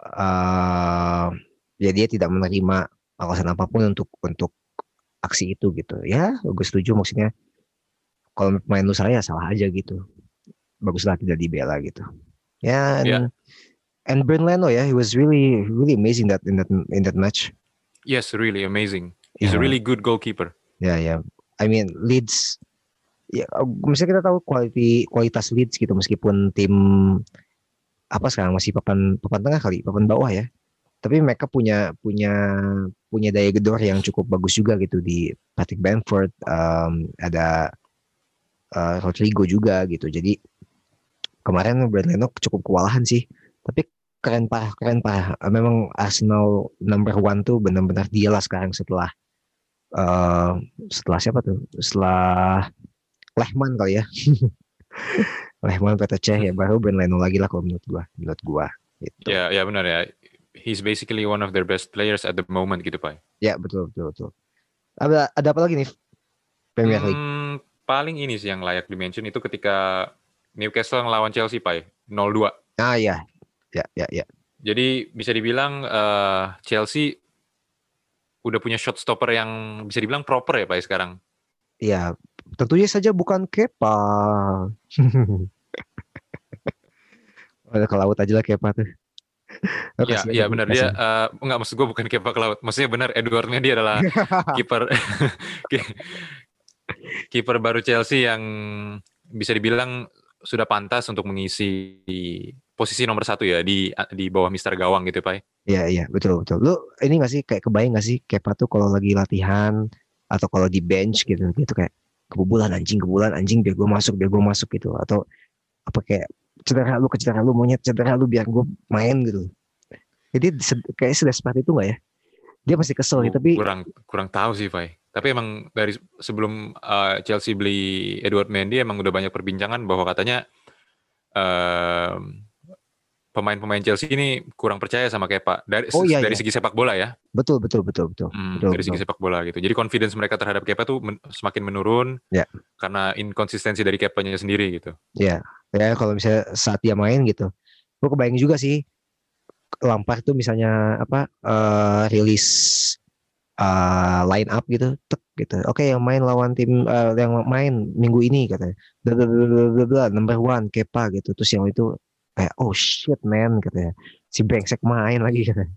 uh, ya dia tidak menerima alasan apapun untuk untuk aksi itu gitu. Ya, gue setuju maksudnya kalau main lu salah ya salah aja gitu. Baguslah tidak dibela gitu. Ya, Ya, and, and Bernd Leno ya, he was really really amazing that in that in that match. yes, really amazing. He's a Ya, really good goalkeeper. ya, ya. I mean Leeds ya misalnya kita tahu quality kualitas Leeds gitu meskipun tim apa sekarang masih papan papan tengah kali, papan bawah ya. Tapi mereka punya punya punya daya gedor yang cukup bagus juga gitu di Patrick Bamford, um, ada uh, Rodrigo juga gitu. Jadi kemarin Brand Leno cukup kewalahan sih. Tapi keren parah, keren parah. Uh, Memang Arsenal number one tuh benar-benar dia lah sekarang setelah uh, setelah siapa tuh? Setelah Lehman kali ya. Lehman P T C ya baru Brand Leno lagi lah kalau menurut gua, menurut gua gitu. Ya, ya benar ya. He's basically one of their best players at the moment gitu, Pai. Ya betul betul betul. Ada ada apa lagi nih Premier League? Hmm, paling ini sih yang layak di-mention itu ketika Newcastle ngelawan Chelsea, Pai. nol dua. Ah ya, ya ya ya. Jadi bisa dibilang eh, Chelsea udah punya shot stopper yang bisa dibilang proper ya, Pai, sekarang. Ya, tentunya saja bukan Kepa. Udah ke laut aja lah Kepa tuh. Oh, Ya, kasihan ya tapi benar dia kasihan. eh, enggak, maksud gue bukan Kepa ke laut. Maksudnya benar Edward Mendy adalah kiper ki- kiper baru Chelsea yang bisa dibilang sudah pantas untuk mengisi posisi nomor satu ya di di bawah Mister Gawang gitu, Pak. Iya iya betul betul. Lu ini gak sih kayak kebayang gak sih Kepa tuh kalau lagi latihan atau kalau di bench gitu gitu kayak kebobolan anjing kebobolan anjing biar gue masuk biar gue masuk gitu atau apa kayak cedera lu kecedera lu monyet cedera lu biar gue main gitu. Jadi se- kayak sudah seperti itu gak ya? Dia masih kesel gitu Gue tapi kurang kurang tahu sih, Pak. Tapi emang dari sebelum uh, Chelsea beli Edward Mendy emang udah banyak perbincangan bahwa katanya um, pemain-pemain Chelsea ini kurang percaya sama Kepa dari oh iya dari iya segi sepak bola ya. betul betul betul betul Hmm, betul dari betul. segi sepak bola gitu. Jadi confidence mereka terhadap Kepa tuh men- semakin menurun Ya karena inkonsistensi dari Kepanya sendiri gitu. ya ya kalau misalnya saat dia main gitu, gue kebayang juga sih Lampard tuh misalnya apa eh, rilis eh, line up gitu, tek gitu. Oke, yang main lawan tim eh, yang main minggu ini katanya. Bla bla bla bla bla bla, number one Kepa gitu. Terus yang itu kayak oh shit man katanya. Si brengsek main lagi katanya.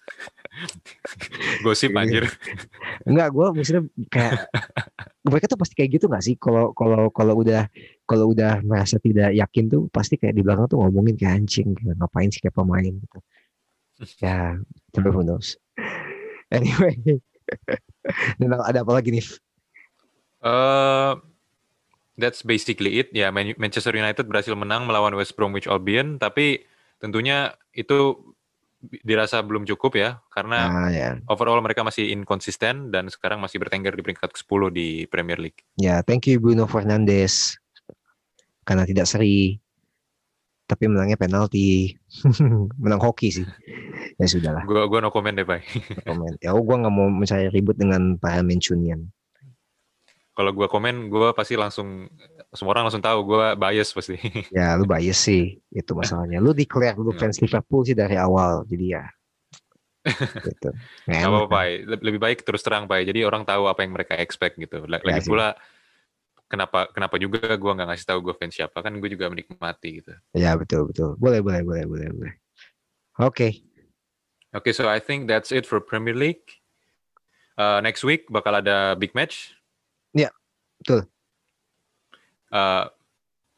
Gosip Gitu. anjir. Enggak, gue maksudnya kayak mereka tuh pasti kayak gitu nggak sih? Kalau kalau kalau udah kalau udah merasa tidak yakin tuh pasti kayak di belakang tuh ngomongin kayak anjing, gitu. Ngapain sih Kepa main gitu. Ya, tapi who knows. Anyway, dan ada apa lagi nih? Eh that's basically it. Ya, Man- Manchester United berhasil menang melawan West Bromwich Albion, tapi tentunya itu dirasa belum cukup ya, karena Ah ya, overall mereka masih inkonsisten dan sekarang masih bertengger di peringkat ke sepuluh di Premier League. ya thank you Bruno Fernandes karena tidak seri, tapi menangnya penalti, menang hoki sih. Ya sudahlah, Gua gua no comment deh, Bay. no comment. Ya, oh, gue nggak mau mencari ribut dengan para Mancunian. Kalau gua komen, gua pasti langsung semua orang langsung tahu gua bias pasti. Ya, lu bias sih, itu masalahnya. Lu declare lu Nggak fans Liverpool sih dari awal, jadi ya, gitu. Nggak nggak enak apa-apa, kan? Bay. Le- Lebih baik terus terang, Bay. Jadi orang tahu apa yang mereka expect gitu. La- Ya Lagi sih. pula kenapa kenapa juga gua nggak ngasih tahu gua fans siapa, kan gue juga menikmati gitu. Ya betul betul. Boleh boleh boleh boleh boleh. Oke. Oke, so I think that's it for Premier League. Uh, next week bakal ada big match. Ya betul. Uh,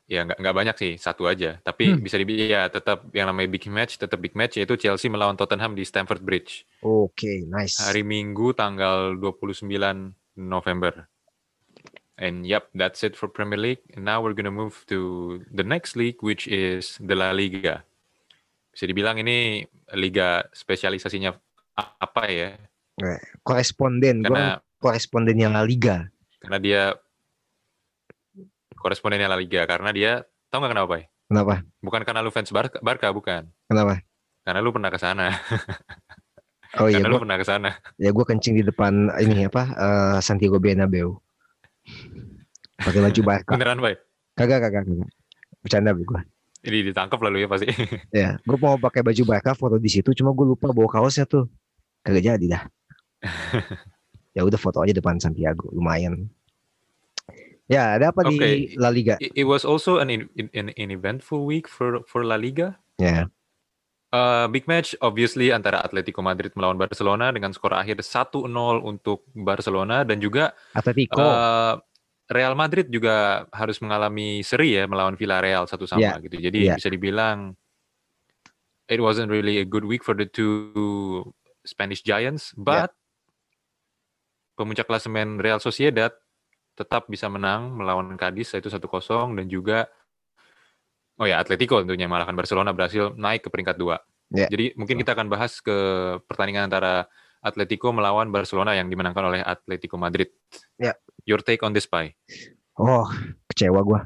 ya nggak nggak banyak sih, satu aja. Tapi Hmm. bisa dibilang ya tetap yang namanya big match, tetap big match yaitu Chelsea melawan Tottenham di Stamford Bridge. Oke, okay, nice. Hari Minggu tanggal dua puluh sembilan November. And yep, that's it for Premier League. And now we're gonna move to the next league, which is the La Liga. Bisa dibilang ini liga spesialisasinya apa ya? Koresponden, karena gue korespondennya La Liga. Karena dia korespondennya La Liga, karena dia tahu nggak kenapa, Pak? Kenapa? Bukan karena lu fans Barca, Barca bukan. Kenapa? Karena lu pernah ke sana. Oh iya, karena gua, lu pernah ke sana. Ya gue kencing di depan ini apa uh, Santiago Bernabeu. Pakai baju Barca. Beneran, Pak? Kagak, kagak, kagak. Bercanda gue. Ini ditangkap lalu ya pasti. Ya, gue mau pakai baju Barca foto di situ, cuma gue lupa bawa kaosnya tuh. Kagak jadi dah. Ya udah foto aja depan Santiago, lumayan. Ya, ada apa okay. di La Liga? It, it was also an, in, an an eventful week for for La Liga. Ya. Yeah. Uh, big match obviously antara Atletico Madrid melawan Barcelona dengan skor akhir satu nol untuk Barcelona, dan juga Atletico. Uh, Real Madrid juga harus mengalami seri ya melawan Villarreal satu sama yeah. gitu. Jadi yeah. bisa dibilang it wasn't really a good week for the two Spanish Giants, but yeah. pemuncak klasemen Real Sociedad tetap bisa menang melawan Cadiz itu satu kosong, dan juga oh ya Atletico tentunya mengalahkan Barcelona, berhasil naik ke peringkat dua. Yeah. Jadi mungkin kita akan bahas ke pertandingan antara Atletico melawan Barcelona yang dimenangkan oleh Atletico Madrid. Ya. Yeah. Your take on this, Pai? Oh, kecewa gue.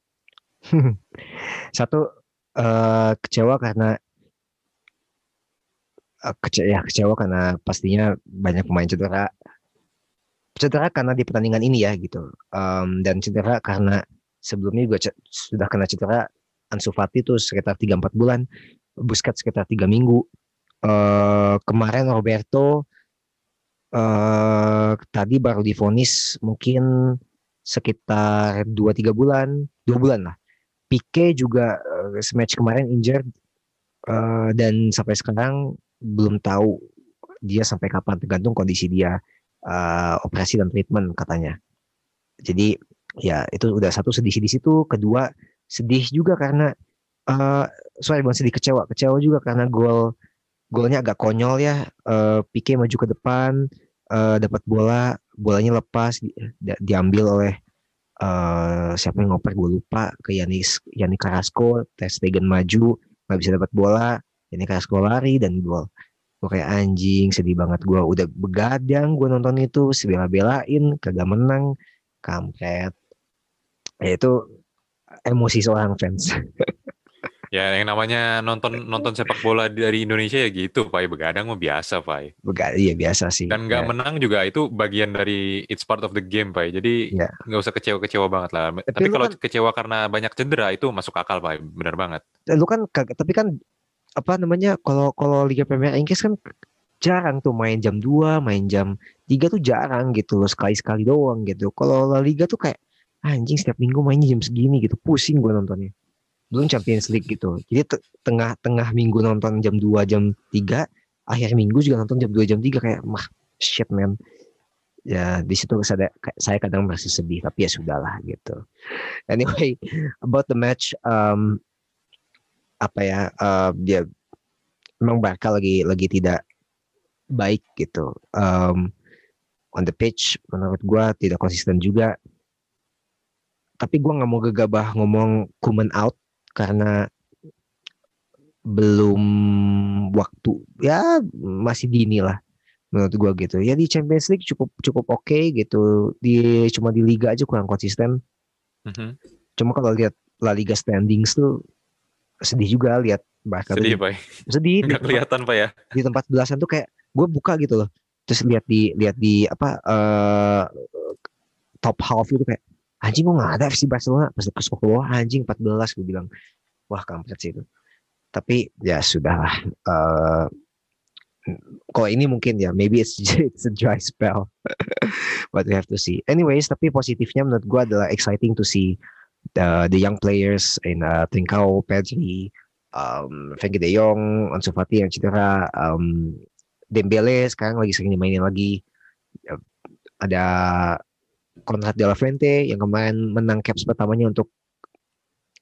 Satu, uh, kecewa karena uh, kece ya kecewa karena pastinya banyak pemain cedera. Cedera karena di pertandingan ini ya gitu. Um, dan cedera karena sebelumnya juga c- sudah kena cedera. Ansu Fati tuh sekitar tiga sampai empat bulan. Busquets sekitar tiga minggu. Uh, kemarin Roberto Uh, tadi baru divonis mungkin sekitar dua tiga bulan, dua bulan lah. Pique juga uh, match kemarin injured uh, dan sampai sekarang belum tahu dia sampai kapan, tergantung kondisi dia uh, operasi dan treatment katanya. Jadi ya itu udah satu, sedih di situ. Kedua sedih juga karena uh, sorry bukan sedih, kecewa, kecewa juga karena gol golnya agak konyol ya. Uh, Pique maju ke depan, uh, dapat bola, bolanya lepas, di, di, diambil oleh uh, siapa yang ngoper gue lupa, ke Yanis Yannick Carrasco. Ter Stegen maju, nggak bisa dapat bola, Yannick Carrasco lari dan gol. Gue kayak anjing, sedih banget. Gue udah begadang, gue nonton itu, sebela-belain, kagak menang, kampret. Ya itu emosi seorang fans. Ya yang namanya nonton nonton sepak bola dari Indonesia ya gitu, Pak. Begadang mah biasa, Pak. Begadang, iya biasa sih. Dan nggak ya. menang juga itu bagian dari it's part of the game, Pak. Jadi nggak ya. usah kecewa-kecewa banget lah. Tapi, tapi kalau kan, kecewa karena banyak cedera itu masuk akal, Pak. Benar banget. Lu kan tapi kan apa namanya, kalau kalau Liga Premier Inggris kan jarang tuh main jam dua, main jam tiga tuh jarang gitu loh, sekali-sekali doang gitu. Kalau La Liga tuh kayak anjing setiap minggu mainnya jam segini gitu, pusing gue nontonnya. Belum Champions League gitu. Jadi t- tengah-tengah minggu nonton jam dua, jam tiga, akhir minggu juga nonton jam dua, jam tiga, kayak mah shit man. Ya di situ saya, saya kadang merasa sedih, tapi ya sudahlah gitu. Anyway, about the match, um, apa ya, uh, dia memang Barca lagi lagi tidak baik gitu. Um, on the pitch menurut gue tidak konsisten juga. Tapi gue nggak mau gegabah ngomong Koeman out karena belum waktu, ya masih dini lah menurut gue gitu. Ya di Champions League cukup cukup oke okay, gitu. Di cuma di Liga aja kurang konsisten. Mm-hmm. Cuma kalau lihat La Liga standings tuh sedih juga lihat Barca. Sedih, Pak. Sedih. Nggak kelihatan, Pak ya. Di tempat belasan tuh kayak gue buka gitu loh. Terus lihat di lihat di apa uh, top half itu kayak anjing gue nggak ada F C Barcelona. Pas ke bawah anjing empat belas, gue bilang wah kampret sih itu. Tapi ya sudahlah. Uh, kalau ini mungkin ya maybe it's, it's a dry spell. But we have to see. Anyways, tapi positifnya menurut gue adalah exciting to see the the young players in uh, Trincao, Pedri, um, Frenkie de Jong, Ansu Fati yang cedera, um, Dembele sekarang lagi sering dimainin lagi. Ada Konrad de la Fuente yang kemarin menang caps pertamanya untuk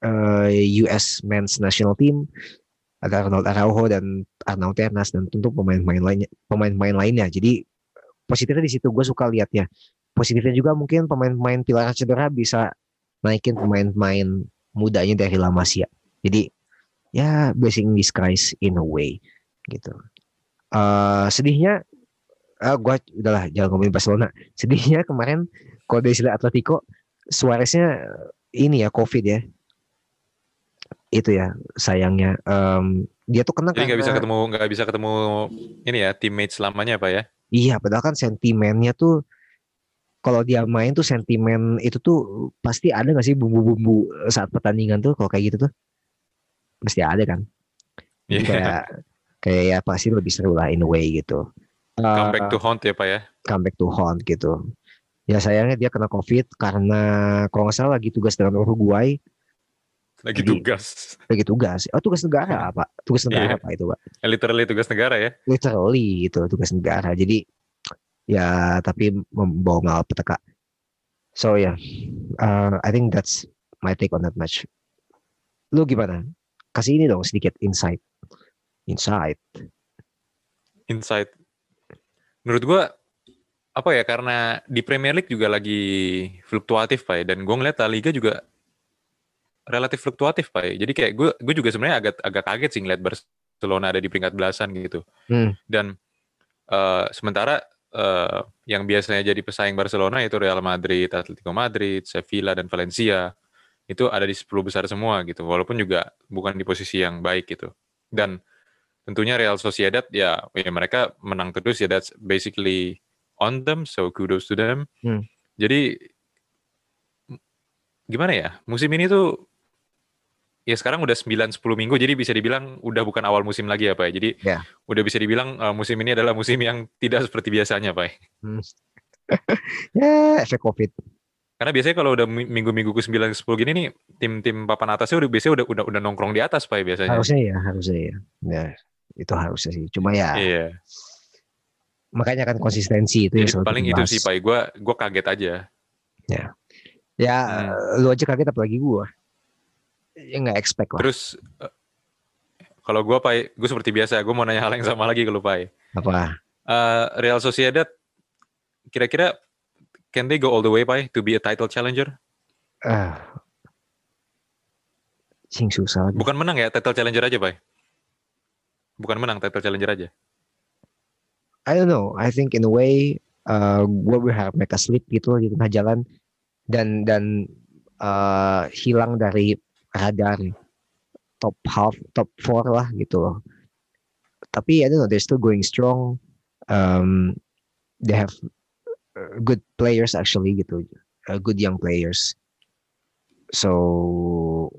uh, U S Men's National Team, ada Ronald Araujo dan Arnau Ternas dan tentu pemain-pemain lainnya, pemain-pemain lainnya. Jadi positifnya di situ gue suka liatnya. Positifnya juga mungkin pemain-pemain pilar cedera bisa naikin pemain-pemain mudanya dari La Masia. Jadi ya blessing in disguise in a way gitu. Uh, sedihnya, uh, gue udahlah jangan ngomongin Barcelona. Sedihnya kemarin kalau dari sisi Atletico, Suareznya ini ya COVID ya. Itu ya sayangnya. Um, dia tuh kena Jadi nggak bisa karena ketemu nggak bisa ketemu ini ya teammate selamanya Pak ya? iya, padahal kan sentimennya tuh kalau dia main tuh sentimen itu tuh pasti ada nggak sih bumbu-bumbu saat pertandingan tuh kalau kayak gitu tuh pasti ada kan. Jadi Iya. kayak kayak ya pasti lebih seru lah in a way gitu. Comeback Uh, to haunt ya Pak ya? Comeback to haunt gitu. Ya sayangnya dia kena COVID karena kalau nggak salah lagi tugas dengan Uruguay. Lagi Jadi tugas. lagi tugas. Oh tugas negara apa? Tugas negara Iya. apa itu Pak? Literally tugas negara ya? Literally gitu tugas negara. Jadi ya tapi membawa malapetaka. So ya, yeah, uh, I think that's my take on that match. Lu gimana? Kasih ini dong sedikit insight. Insight. Insight. Menurut gue apa ya, karena di Premier League juga lagi fluktuatif Pak ya, dan gue ngeliat La Liga juga relatif fluktuatif Pak ya. Jadi kayak gue gue juga sebenarnya agak agak kaget sih ngeliat Barcelona ada di peringkat belasan gitu. Hmm. Dan uh, sementara uh, yang biasanya jadi pesaing Barcelona itu Real Madrid, Atletico Madrid, Sevilla dan Valencia itu ada di sepuluh besar semua gitu. Walaupun juga bukan di posisi yang baik gitu. Dan tentunya Real Sociedad ya, ya mereka menang terus ya, that's basically on them, so kudos to them. Hmm. Jadi gimana ya, musim ini tuh ya sekarang udah sembilan sepuluh minggu, jadi bisa dibilang udah bukan awal musim lagi ya Pak ya. Jadi Ya. udah bisa dibilang uh, musim ini adalah musim yang tidak seperti biasanya Pak. Hmm. Ya efek COVID. Karena biasanya kalau udah minggu-minggu ke sembilan ke sepuluh gini nih, tim-tim papan atasnya udah biasanya udah udah udah nongkrong di atas Pak biasanya. Harusnya ya, harusnya ya. Ya itu harusnya sih. Cuma ya Iya. makanya kan konsistensi itu yang Jadi selalu paling kita itu bahas. sih Pak, gue gue kaget aja. Ya, ya Hmm. lu aja kaget apalagi gua. Ya nggak expect lah. Terus uh, kalau gue Pak, gue seperti biasa, gue mau nanya hal yang sama lagi ke lu Pak. Apa? Uh, Real Sociedad kira-kira can they go all the way Pak to be a title challenger? Ah, sing susah lagi. Bukan menang ya, title challenger aja Pak. Bukan menang, title challenger aja. I don't know. I think in a way, uh, gue berharap mereka slip gitu di tengah jalan dan dan uh, hilang dari radar top half, top four lah gitu loh. Tapi I don't know, they're still going strong. Um, they have good players actually gitu, uh, good young players. So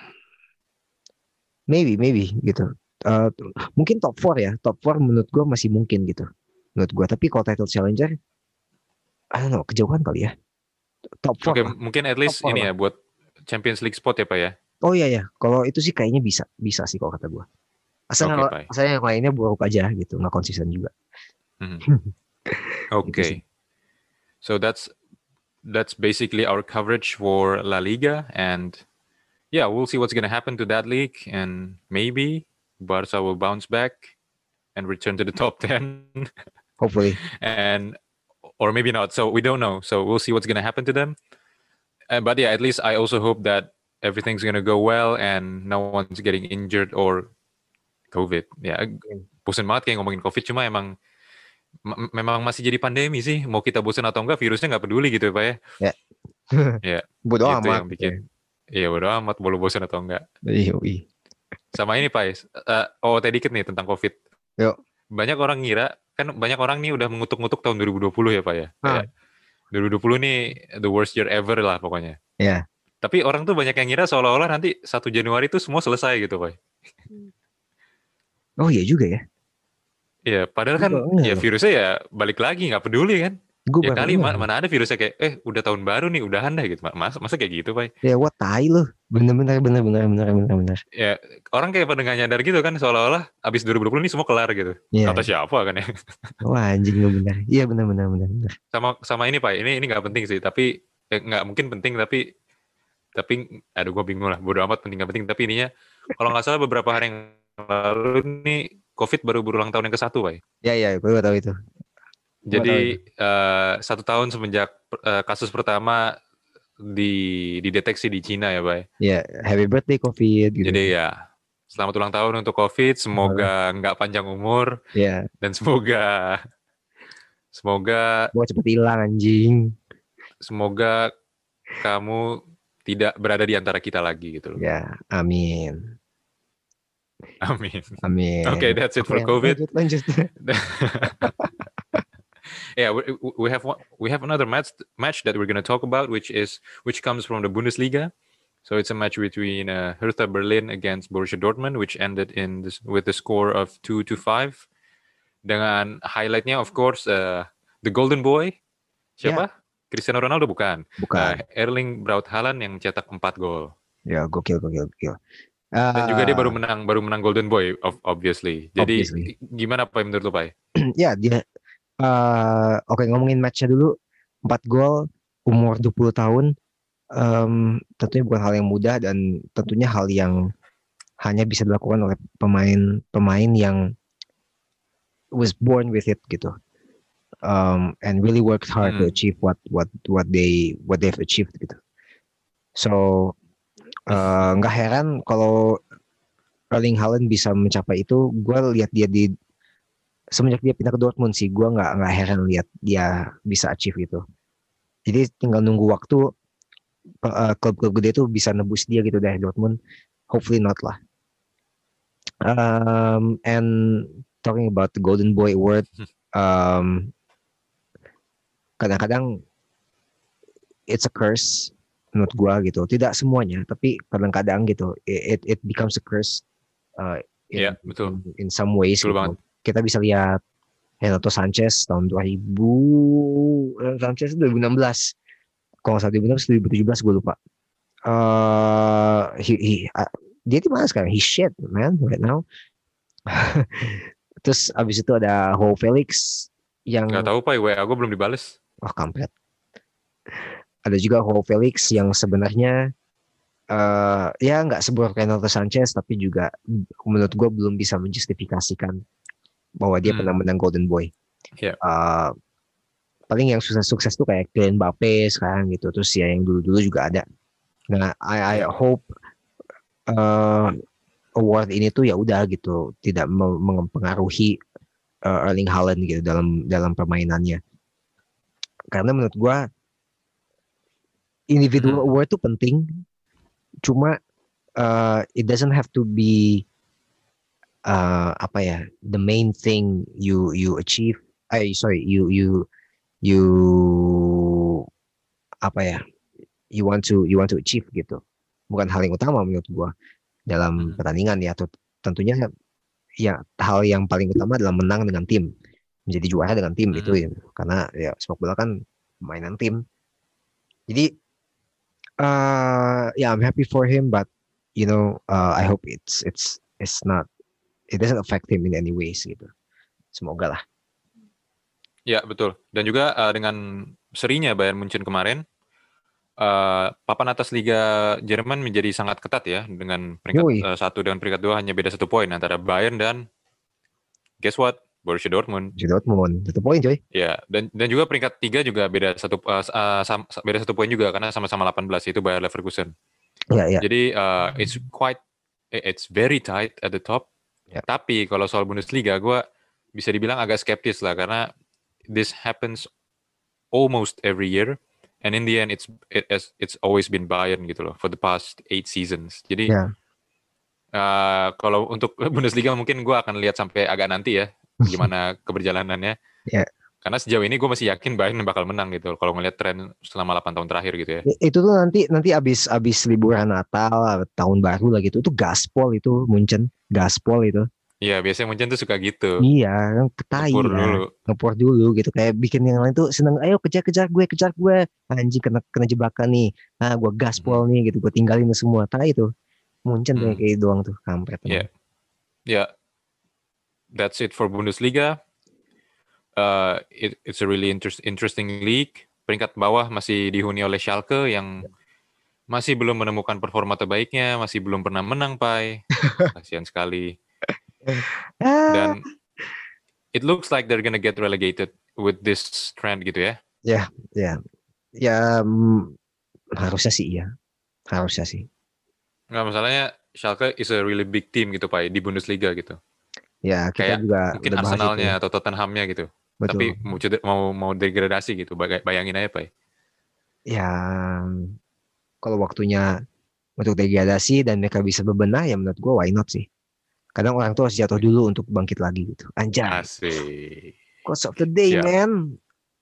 maybe maybe gitu. Uh, mungkin top four ya, top four menurut gue masih mungkin gitu, menurut gue. Tapi kalau title challenger, I don't know, kejauhan kali ya. Top four Oke, lah. mungkin at least ini lah ya buat Champions League spot ya Pak ya. Oh iya ya, kalau itu sih kayaknya bisa, bisa sih kalau kata gue. Asal Oke Pak. Asal yang lainnya buruk aja gitu, nggak konsisten juga. Hmm. Oke. Okay. So that's that's basically our coverage for La Liga, and yeah, we'll see what's gonna happen to that league, and maybe Barca will bounce back and return to the top ten. Hopefully. And or maybe not. So we don't know. So we'll see what's gonna happen to them. Uh, but yeah, at least I also hope that everything's gonna go well and no one's getting injured or COVID. Ya, bosan banget kayak ngomongin COVID, cuma emang m- memang masih jadi pandemi sih. Mau kita bosan atau enggak, virusnya nggak peduli gitu ya Pak ya. Ya. Ya, bodo itu amat. yang bikin. Iya, bodo amat, mau lu bosan atau enggak. Iya, Sama ini Pak, uh, oh tadi dikit nih tentang COVID. Yuk. Banyak orang ngira, kan banyak orang nih udah mengutuk-ngutuk tahun dua ribu dua puluh ya Pak ya. Ah. Kayak dua ribu dua puluh nih the worst year ever lah pokoknya. Ya. Tapi orang tuh banyak yang ngira seolah-olah nanti satu Januari itu semua selesai gitu Pak. Oh iya juga ya. Iya, padahal kan ya virusnya ya balik lagi, nggak peduli kan. Gua ya kali ma- mana ada virusnya kayak eh udah tahun baru nih udahan dah gitu. Masa masa kayak gitu Pak. Ya what tai loh. Bener-bener bener-bener bener-bener bener. Ya orang kayak pada nggak nyadar gitu kan, seolah-olah abis dua ribu dua puluh ini semua kelar gitu. Ya. Kata siapa kan ya. Wah anjing lu bener. Iya bener-bener bener. Sama sama ini Pak, ini ini nggak penting sih, tapi eh, nggak mungkin penting tapi Tapi aduh gue bingung lah, bodo amat, penting gak penting. Tapi ininya kalau nggak salah beberapa hari yang lalu nih COVID baru berulang tahun yang ke satu, Pak. Ya ya, gue tahu itu. Gue tahu itu. Jadi eh, satu tahun semenjak eh, kasus pertama di dideteksi di Cina ya, Pak. Ya, happy birthday COVID gitu. Jadi ya selamat ulang tahun untuk COVID. Uh, Semoga nggak panjang umur ya, dan semoga semoga gue cepet hilang anjing. semoga kamu tidak berada di antara kita lagi gitu loh. Ya, amin. Amin. Amin. Okay, that's it for Oke, COVID. lanjut, lanjut. Yeah, we, we have one, we have another match match that we're going to talk about, which is which comes from the Bundesliga. So it's a match between uh, Hertha Berlin against Borussia Dortmund, which ended in this, with the score of two to five. Dengan highlightnya, of course, uh, the Golden Boy. Siapa? Cristiano Ronaldo bukan? Bukan. Uh, Erling Braut Haaland yang cetak empat gol. Ya, gokil, gokil, gokil. Dan juga dia baru Ah, menang baru menang Golden Boy, of- obviously. Jadi Obviously. gimana Pak menurut lo, Pak? ya, dia eh, oke ngomongin matchnya dulu. empat gol, umur dua puluh tahun. em, tentunya bukan hal yang mudah dan tentunya hal yang hanya bisa dilakukan oleh pemain-pemain yang was born with it gitu. Um, and really worked hard to Hmm. achieve what what what they what they've achieved gitu. So eh, nggak heran kalau Erling Haaland bisa mencapai itu. Gue lihat dia di semenjak dia pindah ke Dortmund sih, gue nggak nggak heran lihat dia bisa achieve itu. Jadi tinggal nunggu waktu eh, klub-klub gede tuh bisa nebus dia gitu dari Dortmund. Hopefully not lah. Um, and talking about the Golden Boy Award, um, kadang-kadang it's a curse menurut gua gitu. Tidak semuanya, tapi kadang-kadang gitu it it becomes a curse uh, in, Iya, betul. in, in some ways Betul gitu. banget. Kita bisa lihat Renato Sanchez tahun dua ribu, Renato Sanchez dua ribu enam belas. Kalau nggak salah dua ribu enam belas dua ribu tujuh belas gue lupa. Uh, he, he, uh, dia di mana sekarang? He shit man right now. Terus abis itu ada Joao Felix yang Nggak tahu Pak, W A gue belum dibales. wah kampret. Ada juga Joao Felix yang sebenarnya uh, ya nggak seburuk Renato Sanchez, tapi juga menurut gue belum bisa menjustifikasikan bahwa dia Hmm. pernah menang Golden Boy. Yeah. Uh, paling yang sukses-sukses tuh kayak Kylian Mbappe sekarang gitu. Terus ya yang dulu-dulu juga ada. Nah, I, I Yeah. hope uh, award ini tuh ya udah gitu tidak mempengaruhi uh, Erling Haaland gitu dalam dalam permainannya. Karena menurut gua individual Mhm. award tuh penting, cuma uh, it doesn't have to be uh, apa ya the main thing you you achieve. I sorry you you you apa ya you want to you want to achieve gitu. Bukan hal yang utama menurut gua dalam Mhm. pertandingan ya. Tuh, tentunya ya hal yang paling utama adalah menang dengan tim, menjadi juara dengan tim Mhm. itu ya. Karena ya sepak bola kan mainan tim. Jadi uh, ya yeah, I'm happy for him, but you know uh, I hope it's it's it's not it doesn't affect him in any ways gitu. Semoga lah. Ya betul. Dan juga uh, dengan serinya Bayern Munchen kemarin, uh, papan atas Liga Jerman menjadi sangat ketat ya, dengan peringkat Yoi. uh, satu dan peringkat dua hanya beda satu poin antara Bayern dan guess what, Borussia Dortmund. Borussia Dortmund satu poin coy. Ya, dan dan juga peringkat tiga juga beda satu uh, uh, sam- beda satu poin juga karena sama-sama delapan belas, itu Bayer Leverkusen. Ya ya. Jadi uh, it's quite it's very tight at the top. Ya. Tapi kalau soal Bundesliga, gue bisa dibilang agak skeptis lah, karena this happens almost every year, and in the end it's it, it's always been Bayern gitu loh for the past eight seasons. Jadi Ya. uh, kalau untuk Bundesliga mungkin gue akan lihat sampai agak nanti ya gimana keberjalanannya. Ya. Karena sejauh ini gue masih yakin Bayern bakal menang gitu kalau ngelihat tren selama delapan tahun terakhir gitu ya. I- Itu tuh nanti nanti abis abis liburan Natal, tahun baru lah gitu. Itu gaspol itu Munchen, gaspol itu. Iya, biasanya Munchen tuh suka gitu. Iya, kan ketai Ngepur ya. dulu. Ngepor dulu gitu, kayak bikin yang lain tuh seneng, ayo kejar-kejar gue, kejar gue. Anjing kena kena jebakan nih. Ah, gue gaspol nih gitu, gue tinggalin semua. Tai itu. Munchen tuh Hmm. kayak doang tuh, kampret. Ya. Ya. That's it for Bundesliga. Uh, it, it's a really interest, interesting league. Peringkat bawah masih dihuni oleh Schalke yang masih belum menemukan performa terbaiknya, masih belum pernah menang, Pai. Kasihan sekali. Ah, Dan it looks like they're gonna get relegated with this trend gitu ya. ya, ya, ya, mm, harusnya sih iya, harusnya sih. Nggak, masalahnya Schalke is a really big team gitu, Pai, di Bundesliga gitu. Ya, kita Kayak juga mungkin udah bahas itu. Arsenalnya atau Tottenhamnya gitu. Betul. Tapi mau ceder- mau mau degradasi gitu. Baga- Bayangin aja, Pai. Ya, kalau waktunya untuk degradasi dan mereka bisa bebenah, ya menurut gue why not sih. Kadang orang tuh harus jatuh dulu untuk bangkit lagi gitu. Anjay. Asik. Coach of the day, Siap. man.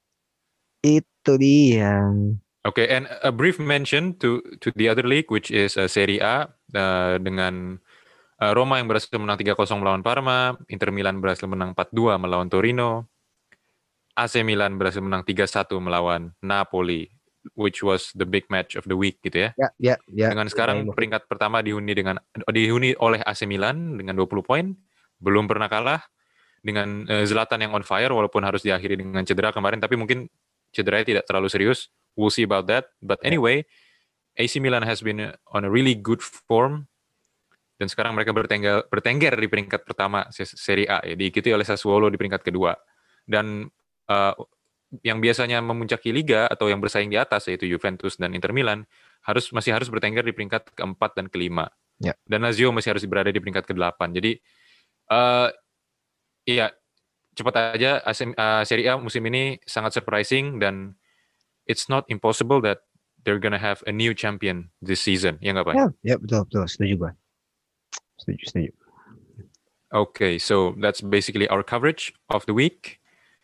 Itu dia. Oke, and a brief mention to to the other league, which is uh, Serie A, uh, dengan uh, Roma yang berhasil menang tiga kosong melawan Parma, Inter Milan berhasil menang empat dua melawan Torino, A C Milan berhasil menang tiga satu melawan Napoli, which was the big match of the week gitu ya. Ya, ya, ya. Dengan sekarang Lumayan oke. peringkat pertama dihuni dengan dihuni oleh A C Milan dengan dua puluh poin, belum pernah kalah dengan uh, Zlatan yang on fire walaupun harus diakhiri dengan cedera kemarin, tapi mungkin cederanya tidak terlalu serius. We'll see about that. But Ya. anyway, A C Milan has been on a really good form dan sekarang mereka bertengger bertengger di peringkat pertama Serie A ya, diikuti oleh Sassuolo di peringkat kedua. Dan uh, yang biasanya memuncaki liga atau yang bersaing di atas yaitu Juventus dan Inter Milan harus masih harus bertengger di peringkat keempat dan kelima. Ya. Dan Lazio masih harus berada di peringkat kedelapan. Jadi uh, iya, cepat aja uh, Serie A musim ini sangat surprising dan it's not impossible that they're gonna have a new champion this season. Ya nggak, Pak? Ya, ya betul, betul. Setuju gue. Setuju, setuju. Okay, so that's basically our coverage of the week.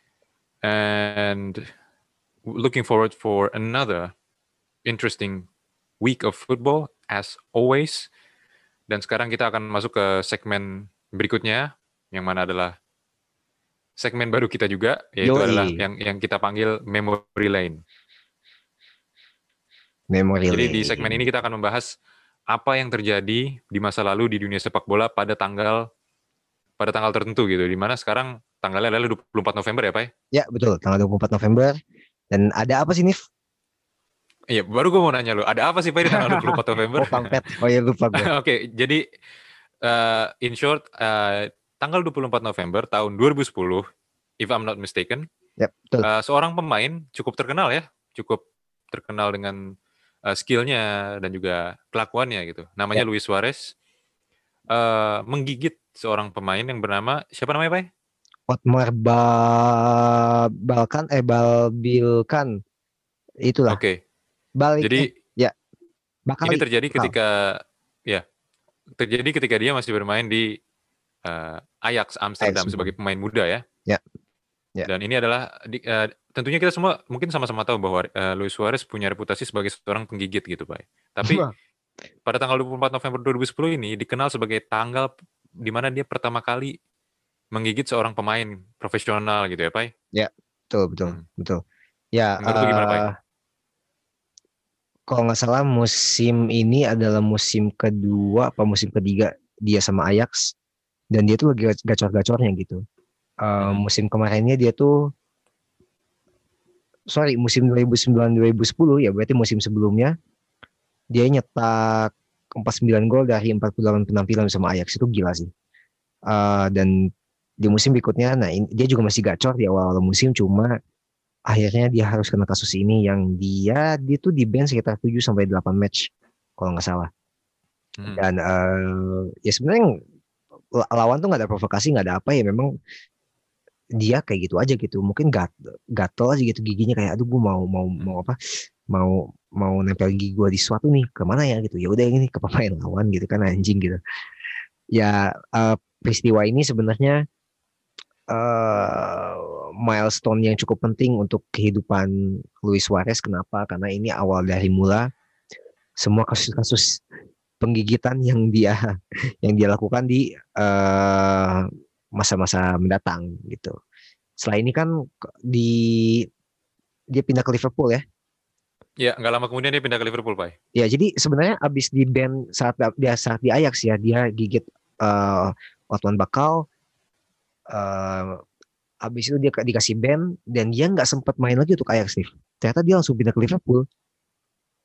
And looking forward for another interesting week of football, as always. Dan sekarang kita akan masuk ke segmen berikutnya, yang mana adalah segmen baru kita juga, yaitu Yoi. adalah yang yang kita panggil Memory Lane. Memory Jadi lane. di segmen ini kita akan membahas apa yang terjadi di masa lalu di dunia sepak bola pada tanggal pada tanggal tertentu gitu. Di mana sekarang tanggalnya adalah dua puluh empat November ya, Pak? Ya, betul. Tanggal dua puluh empat November. Dan ada apa sih, Nif? Iya, baru gue mau nanya lo, ada apa sih, Pak, di tanggal dua puluh empat November? Oh, Pangpet. Oh ya, lupa gue. Oke, okay, jadi uh, in short, uh, tanggal dua puluh empat November tahun dua ribu sepuluh, if I'm not mistaken, Ya, betul. Uh, seorang pemain cukup terkenal ya, cukup terkenal dengan uh, skillnya dan juga kelakuannya gitu. Namanya Ya. Luis Suarez uh, menggigit seorang pemain yang bernama siapa namanya, Pak? Otmar ba Balkan eh Balbilkan. Itulah. Oke. Okay. Balik. Jadi eh, ya. Bakali. ini terjadi Bakal. ketika ya terjadi ketika dia masih bermain di uh, Ajax Amsterdam Ajax, sebagai pemain muda ya. Ya. Ya. Dan ini adalah di, uh, tentunya kita semua mungkin sama-sama tahu bahwa uh, Luis Suarez punya reputasi sebagai seorang penggigit gitu, Pak. Tapi pada tanggal dua puluh empat November dua ribu sepuluh ini dikenal sebagai tanggal di mana dia pertama kali menggigit seorang pemain profesional gitu ya, Pak? Ya, betul, betul, hmm. betul. Ya, menurut uh, gimana, Pak? Kalau nggak salah musim ini adalah musim kedua apa musim ketiga dia sama Ajax dan dia tuh lagi gacor-gacornya gitu. Uh, hmm. Musim kemarinnya dia tuh sorry musim dua ribu sembilan dua ribu sepuluh ya berarti musim sebelumnya dia nyetak empat puluh sembilan gol dari empat puluh delapan penampilan sama Ajax, itu gila sih. Uh, dan di musim berikutnya, nah ini, dia juga masih gacor di awal-awal musim, cuma akhirnya dia harus kena kasus ini yang dia dia tuh di ban sekitar tujuh sampai delapan match kalau nggak salah. Hmm. Dan uh, ya sebenarnya lawan tuh nggak ada provokasi, nggak ada apa ya, memang dia kayak gitu aja gitu, mungkin gat gatel aja gitu giginya kayak aduh gue mau mau mau apa mau mau nempel gigi gue di suatu nih kemana ya gitu, ya udah ini ke pemain lawan gitu kan, anjing gitu ya. Uh, peristiwa ini sebenarnya uh, milestone yang cukup penting untuk kehidupan Luis Suarez. Kenapa? Karena ini awal dari mula semua kasus-kasus penggigitan yang dia yang dia lakukan di uh, masa-masa mendatang gitu. Setelah ini kan di dia pindah ke Liverpool ya. Ya, nggak lama kemudian dia pindah ke Liverpool, Pak. Ya, jadi sebenarnya abis di ban saat dia saat di Ajax ya, dia gigit uh, Otman Bakal. Uh, abis itu dia dikasih ban dan dia nggak sempat main lagi untuk Ajax, Steve. Ternyata dia langsung pindah ke Liverpool.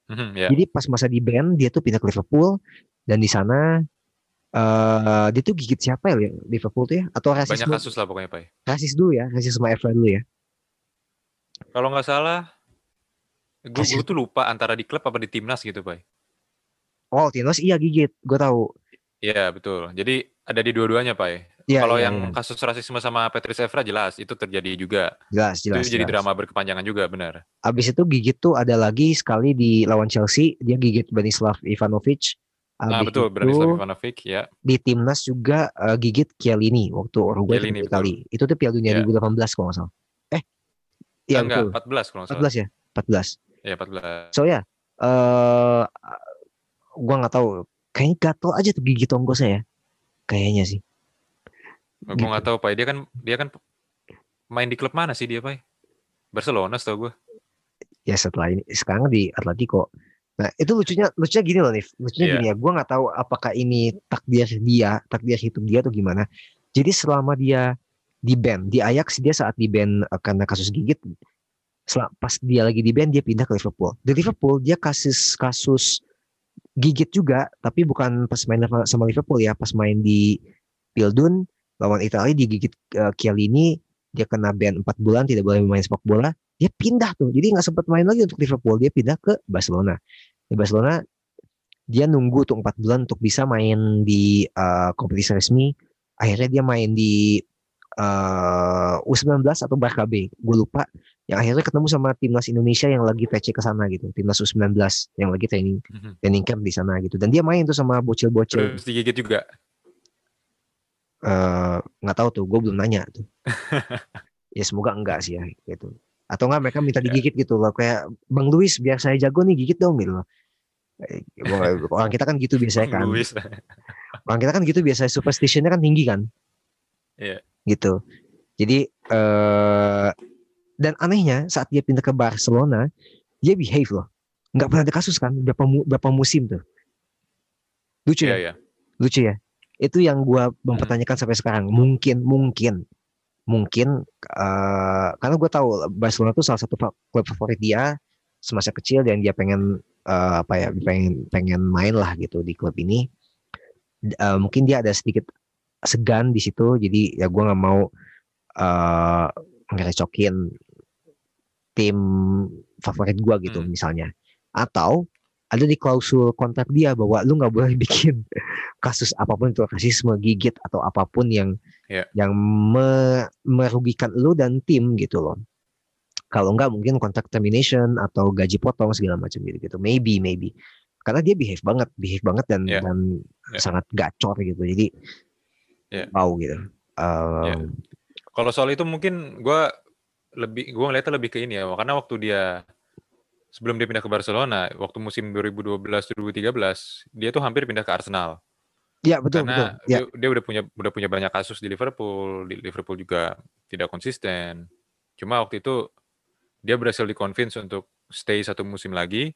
Mhm, ya. Jadi pas masa di band dia tuh pindah ke Liverpool dan di sana eh dia tuh gigit siapa ya Liverpool tuh ya? Atau Banyak rasisme kasus lah pokoknya, Pak. rasis dulu ya, rasisme Evra dulu ya. Kalau nggak salah, gue gue Rasis. tuh lupa antara di klub apa di timnas gitu, Pak. Oh, Tinos iya gigit, gue tahu. Iya, betul. Jadi ada di dua-duanya, Pak. Iya Kalau iya yang iya. kasus rasisme sama Patrice Evra jelas itu terjadi juga. Jelas Itu jelas jadi jelas. drama berkepanjangan juga, benar. Abis itu gigit tuh ada lagi sekali di lawan Chelsea, dia gigit Branislav Ivanovic. Ah, Abis betul, Branislav itu Ivanovic, ya. di timnas juga eh, gigit Chiellini waktu Uruguay Chiellini, terakhir kali. betul. Itu tuh Piala Dunia Ya. dua ribu delapan belas kalau nggak salah. Eh, iya Ah, enggak, betul. empat belas kalau nggak salah. empat belas ya, empat belas. Ya, empat belas. So ya, eh gua nggak tahu. Kayaknya gatel aja tuh gigi tonggosnya ya. Kayaknya sih. Gue Gitu. nggak tahu, Pak. Dia kan dia kan main di klub mana sih dia, Pak? Barcelona, setahu gue. Ya setelah ini sekarang di Atletico. Nah itu lucunya lucunya gini loh nih, lucunya gini Iya. ya. Gue nggak tahu apakah ini takdir dia, takdir hidup dia atau gimana. Jadi selama dia di band di Ajax dia saat di band eh, karena kasus gigit, sel- pas dia lagi di band dia pindah ke Liverpool. Di Liverpool dia kasus kasus gigit juga, tapi bukan pas main sama Liverpool ya, pas main di Pildun lawan Italia digigit uh, Chiellini, dia kena ban empat bulan tidak boleh main sepak bola, dia pindah tuh. Jadi nggak sempat main lagi untuk Liverpool, dia pindah ke Barcelona. Di Barcelona dia nunggu tuh empat bulan untuk bisa main di uh, kompetisi resmi. Akhirnya dia main di uh, U sembilan belas atau Barca B, gue lupa. Yang akhirnya ketemu sama timnas Indonesia yang lagi T C ke sana gitu, timnas U sembilan belas yang lagi training Mhm. training camp di sana gitu. Dan dia main tuh sama bocil-bocil. Terus digigit juga. Eh, nggak tahu tuh, gue belum nanya tuh. Ya semoga enggak sih ya gitu. Atau enggak mereka minta Ya. digigit gitu loh, kayak Bang Luis biar saya jago nih gigit dong gitu loh. Eh, Orang kita kan gitu biasanya Bang kan. Luis. Orang kita kan gitu biasanya, superstitionnya kan tinggi kan Iya. gitu. Jadi eh dan anehnya saat dia pindah ke Barcelona dia behave loh. Nggak pernah ada kasus kan berapa mu- berapa musim tuh. Lucu Iya, ya, iya. lucu ya. Itu yang gua Mhm. mempertanyakan sampai sekarang. Mungkin mungkin mungkin eh, karena gue tahu Barcelona itu salah satu fa- klub favorit dia semasa kecil dan dia pengen eh, apa ya pengen pengen main lah gitu di klub ini. D- eh, mungkin dia ada sedikit segan di situ, jadi ya gue nggak mau eh ngerecokin tim favorit gue gitu Hmm. misalnya. Atau ada di klausul kontrak dia bahwa lu nggak boleh bikin kasus apapun itu rasisme, gigit atau apapun yang Ya. yang me- merugikan lu dan tim gitu loh. Kalau enggak mungkin kontrak termination atau gaji potong segala macam gitu gitu. Maybe maybe. Karena dia behave banget, behave banget dan Ya. dan Ya. sangat gacor gitu. Jadi Ya. wow gitu. Ya. Um, Kalau soal itu mungkin gue lebih gue ngeliatnya lebih ke ini ya, karena waktu dia sebelum dia pindah ke Barcelona, waktu musim dua ribu dua belas dua ribu tiga belas, dia tuh hampir pindah ke Arsenal. ya betul betul. Karena Ya dia, dia udah punya udah punya banyak kasus di Liverpool, di Liverpool juga tidak konsisten. Cuma waktu itu dia berhasil di-convince untuk stay satu musim lagi,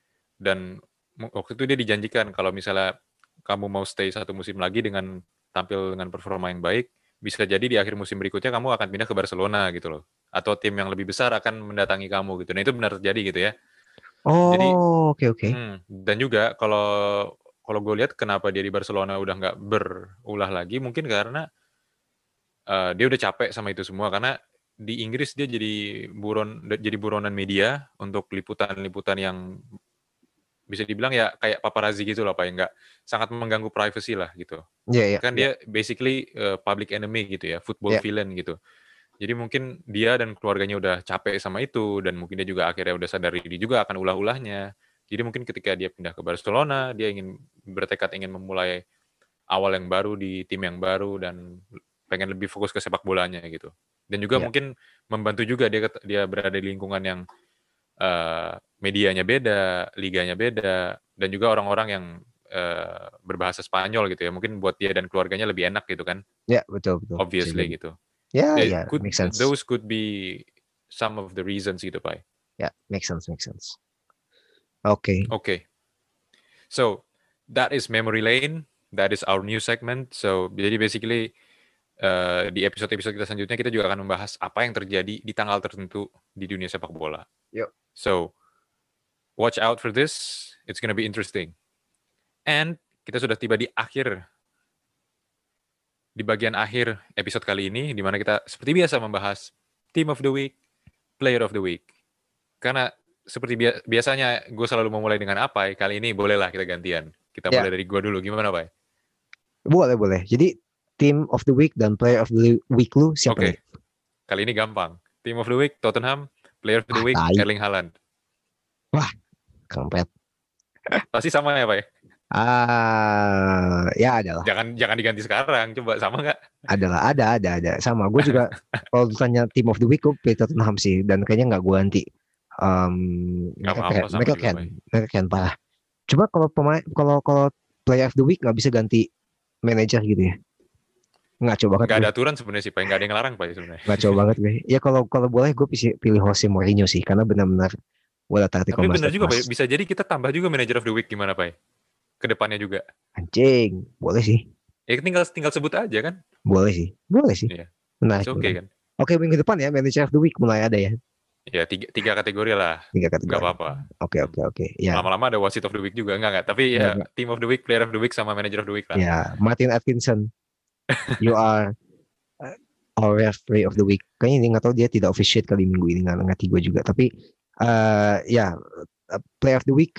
dan waktu itu dia dijanjikan kalau misalnya kamu mau stay satu musim lagi dengan tampil dengan performa yang baik, bisa jadi di akhir musim berikutnya kamu akan pindah ke Barcelona gitu loh. Atau tim yang lebih besar akan mendatangi kamu gitu. Nah itu benar terjadi gitu ya. Jadi, oh oke oke. hmm, dan juga kalau kalau gue lihat kenapa dia di Barcelona udah nggak berulah lagi, mungkin karena uh, dia udah capek sama itu semua. Karena di Inggris dia jadi buron jadi buronan media untuk liputan-liputan yang bisa dibilang ya kayak paparazzi gitu loh, Pak, yang nggak sangat mengganggu privacy lah gitu. Ya ya Kan ya dia basically uh, public enemy gitu ya, football ya. villain gitu. Jadi mungkin dia dan keluarganya udah capek sama itu, dan mungkin dia juga akhirnya udah sadar diri juga akan ulah-ulahnya. Jadi mungkin ketika dia pindah ke Barcelona, dia ingin bertekad ingin memulai awal yang baru di tim yang baru dan pengen lebih fokus ke sepak bolanya gitu. Dan juga Ya. mungkin membantu juga dia dia berada di lingkungan yang uh, medianya beda, liganya beda, dan juga orang-orang yang uh, berbahasa Spanyol gitu ya. Mungkin buat dia dan keluarganya lebih enak gitu kan, Ya betul betul. Bisa obviously jadi. gitu. Ya It ya could make sense. those could be some of the reasons gitu, Pak. Ya make sense make sense. Oke. Okay. So that is memory lane. That is our new segment. So jadi basically uh, di episode-episode kita selanjutnya kita juga akan membahas apa yang terjadi di tanggal tertentu di dunia sepak bola. Yuk. So watch out for this. It's gonna be interesting. And kita sudah tiba di akhir, di bagian akhir episode kali ini, di mana kita seperti biasa membahas Team of the Week, Player of the Week. Karena seperti bia- biasanya gue selalu memulai dengan Apai, kali ini bolehlah kita gantian. Kita Ya. mulai dari gue dulu, gimana Pai? Boleh, boleh. Jadi Team of the Week dan Player of the Week lu siapa Oke, nih? kali ini gampang. Team of the Week, Tottenham. Player of the Ah, Week, tai. Erling Haaland. Kampret. Pasti sama ya Pai? Ah, ya adalah. Jangan jangan diganti sekarang, coba sama nggak? Adalah, ada, ada, ada. Sama. Gue juga kalau ditanya Team of the Week, gue pilih Tottenham sih. Dan kayaknya nggak gue ganti. Um, Nggak mereka apa-apa, keren, sama mereka juga, keren, Bay. mereka keren parah. Cuma kalau pemain, kalau kalau Player of the Week nggak bisa ganti manajer gitu ya. Ngaco banget. Nggak gue. ada aturan sebenarnya sih, Pai. Nggak ada yang ngelarang, Pai, sebenarnya. Ngaco banget gue. Ya kalau kalau boleh gue pilih, pilih Jose Mourinho sih, karena benar-benar what a tactical Tapi bener juga, Pai. masterclass. Bisa jadi kita tambah juga Manager of the Week gimana, Pai? Kedepannya juga. Anjing, boleh sih, Ya tinggal tinggal sebut aja kan. boleh sih, boleh sih. Iya. Menarik. It's okay kan. Oke, minggu depan ya Manager of the Week mulai ada ya. Ya tiga, tiga kategori lah. Tiga kategori. Nggak apa-apa. Oke, oke, oke. Ya, Lama-lama ada Wasit of the Week juga. Enggak, enggak. Tapi ya Nggak, Team of the Week, Player of the Week, sama Manager of the Week lah. ya Martin Atkinson, you are uh, our referee of the week. Kayaknya dia nggak tahu, dia tidak officiate kali minggu ini, nggak ngerti gue juga. Tapi uh, ya uh, Player of the Week,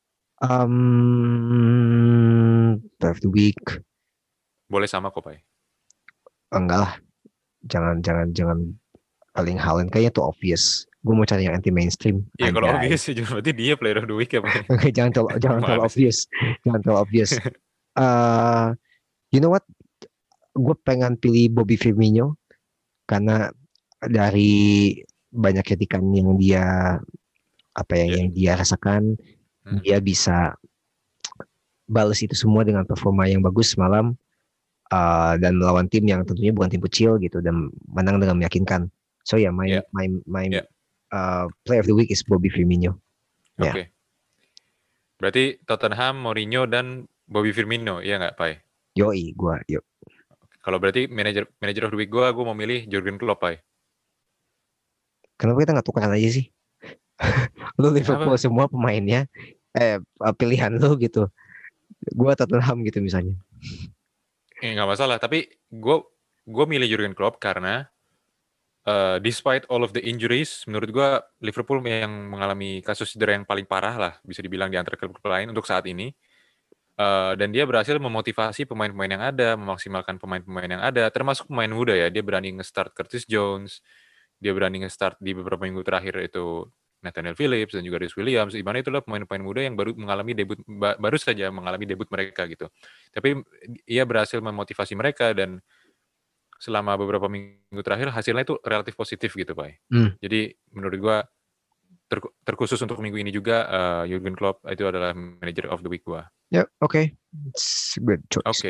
um, Player of the Week, Boleh sama kok, Pai. enggak lah. Jangan, jangan, jangan Erling Haaland, kayaknya tuh obvious. Gue mau cari yang anti mainstream. Iya kalau obvious sih, berarti dia Player of the Week ya, Pai. jangan terlalu, jangan terlalu Gimana sih? obvious, jangan terlalu obvious. Uh, you know what? Gue pengen pilih Bobby Firmino karena dari banyak kritikan yang dia apa ya, Yeah. yang dia rasakan, Hmm. dia bisa balas itu semua dengan performa yang bagus semalam, uh, dan melawan tim yang tentunya bukan tim kecil gitu, dan menang dengan meyakinkan. So ya, yeah, my Yeah. my my Yeah. uh, Player of the Week is Bobby Firmino. Oke. Ya. Berarti Tottenham, Mourinho, dan Bobby Firmino, iya nggak, Pai? Yoi, gua yuk. Kalau berarti manager manager of the week gue, gue mau milih Jurgen Klopp, Pai. Kenapa kita nggak tukeran aja sih? Lu Liverpool Kenapa? semua pemainnya, eh pilihan lu gitu. Gua Tottenham gitu misalnya. Eh, nggak masalah, tapi gue gue milih Jurgen Klopp karena uh, despite all of the injuries, menurut gue Liverpool yang mengalami kasus cedera yang paling parah lah, bisa dibilang di antara klub lain untuk saat ini. Uh, dan dia berhasil memotivasi pemain-pemain yang ada, memaksimalkan pemain-pemain yang ada, termasuk pemain muda ya. Dia berani nge-start Curtis Jones, dia berani nge-start di beberapa minggu terakhir itu Nathaniel Phillips dan juga Rhys Williams. Di mana itulah pemain-pemain muda yang baru mengalami debut, baru saja mengalami debut mereka gitu. Tapi ia berhasil memotivasi mereka dan selama beberapa minggu terakhir hasilnya itu relatif positif gitu, Pak. Hmm. Jadi menurut gua ter, terkhusus untuk minggu ini juga uh, Jurgen Klopp itu adalah manager of the week gua. Ya, yeah, oke. Okay. It's good choice. Okay.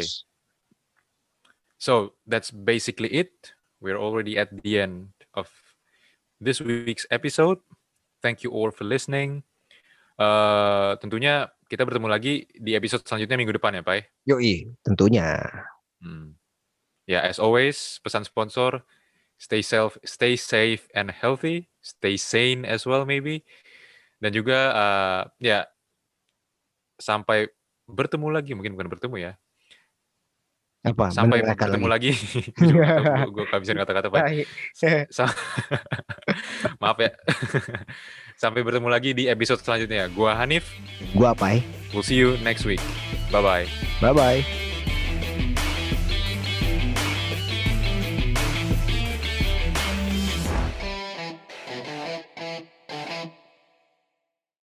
So that's basically it. We're already at the end of this week's episode. Thank you all for listening. Uh, tentunya kita bertemu lagi di episode selanjutnya minggu depan ya, Pai. Yoi, tentunya. Hmm. Ya, yeah, as always, pesan sponsor, stay self, stay safe and healthy, stay sane as well maybe. Dan juga uh, ya sampai bertemu lagi, mungkin bukan bertemu ya. Apa? Sampai bertemu lagi. lagi. Gue kehabisan kata-kata, Pak. Maaf ya. Sampai bertemu lagi di episode selanjutnya. Gua Hanif. Gua Pai. We'll see you next week. Bye-bye. Bye-bye.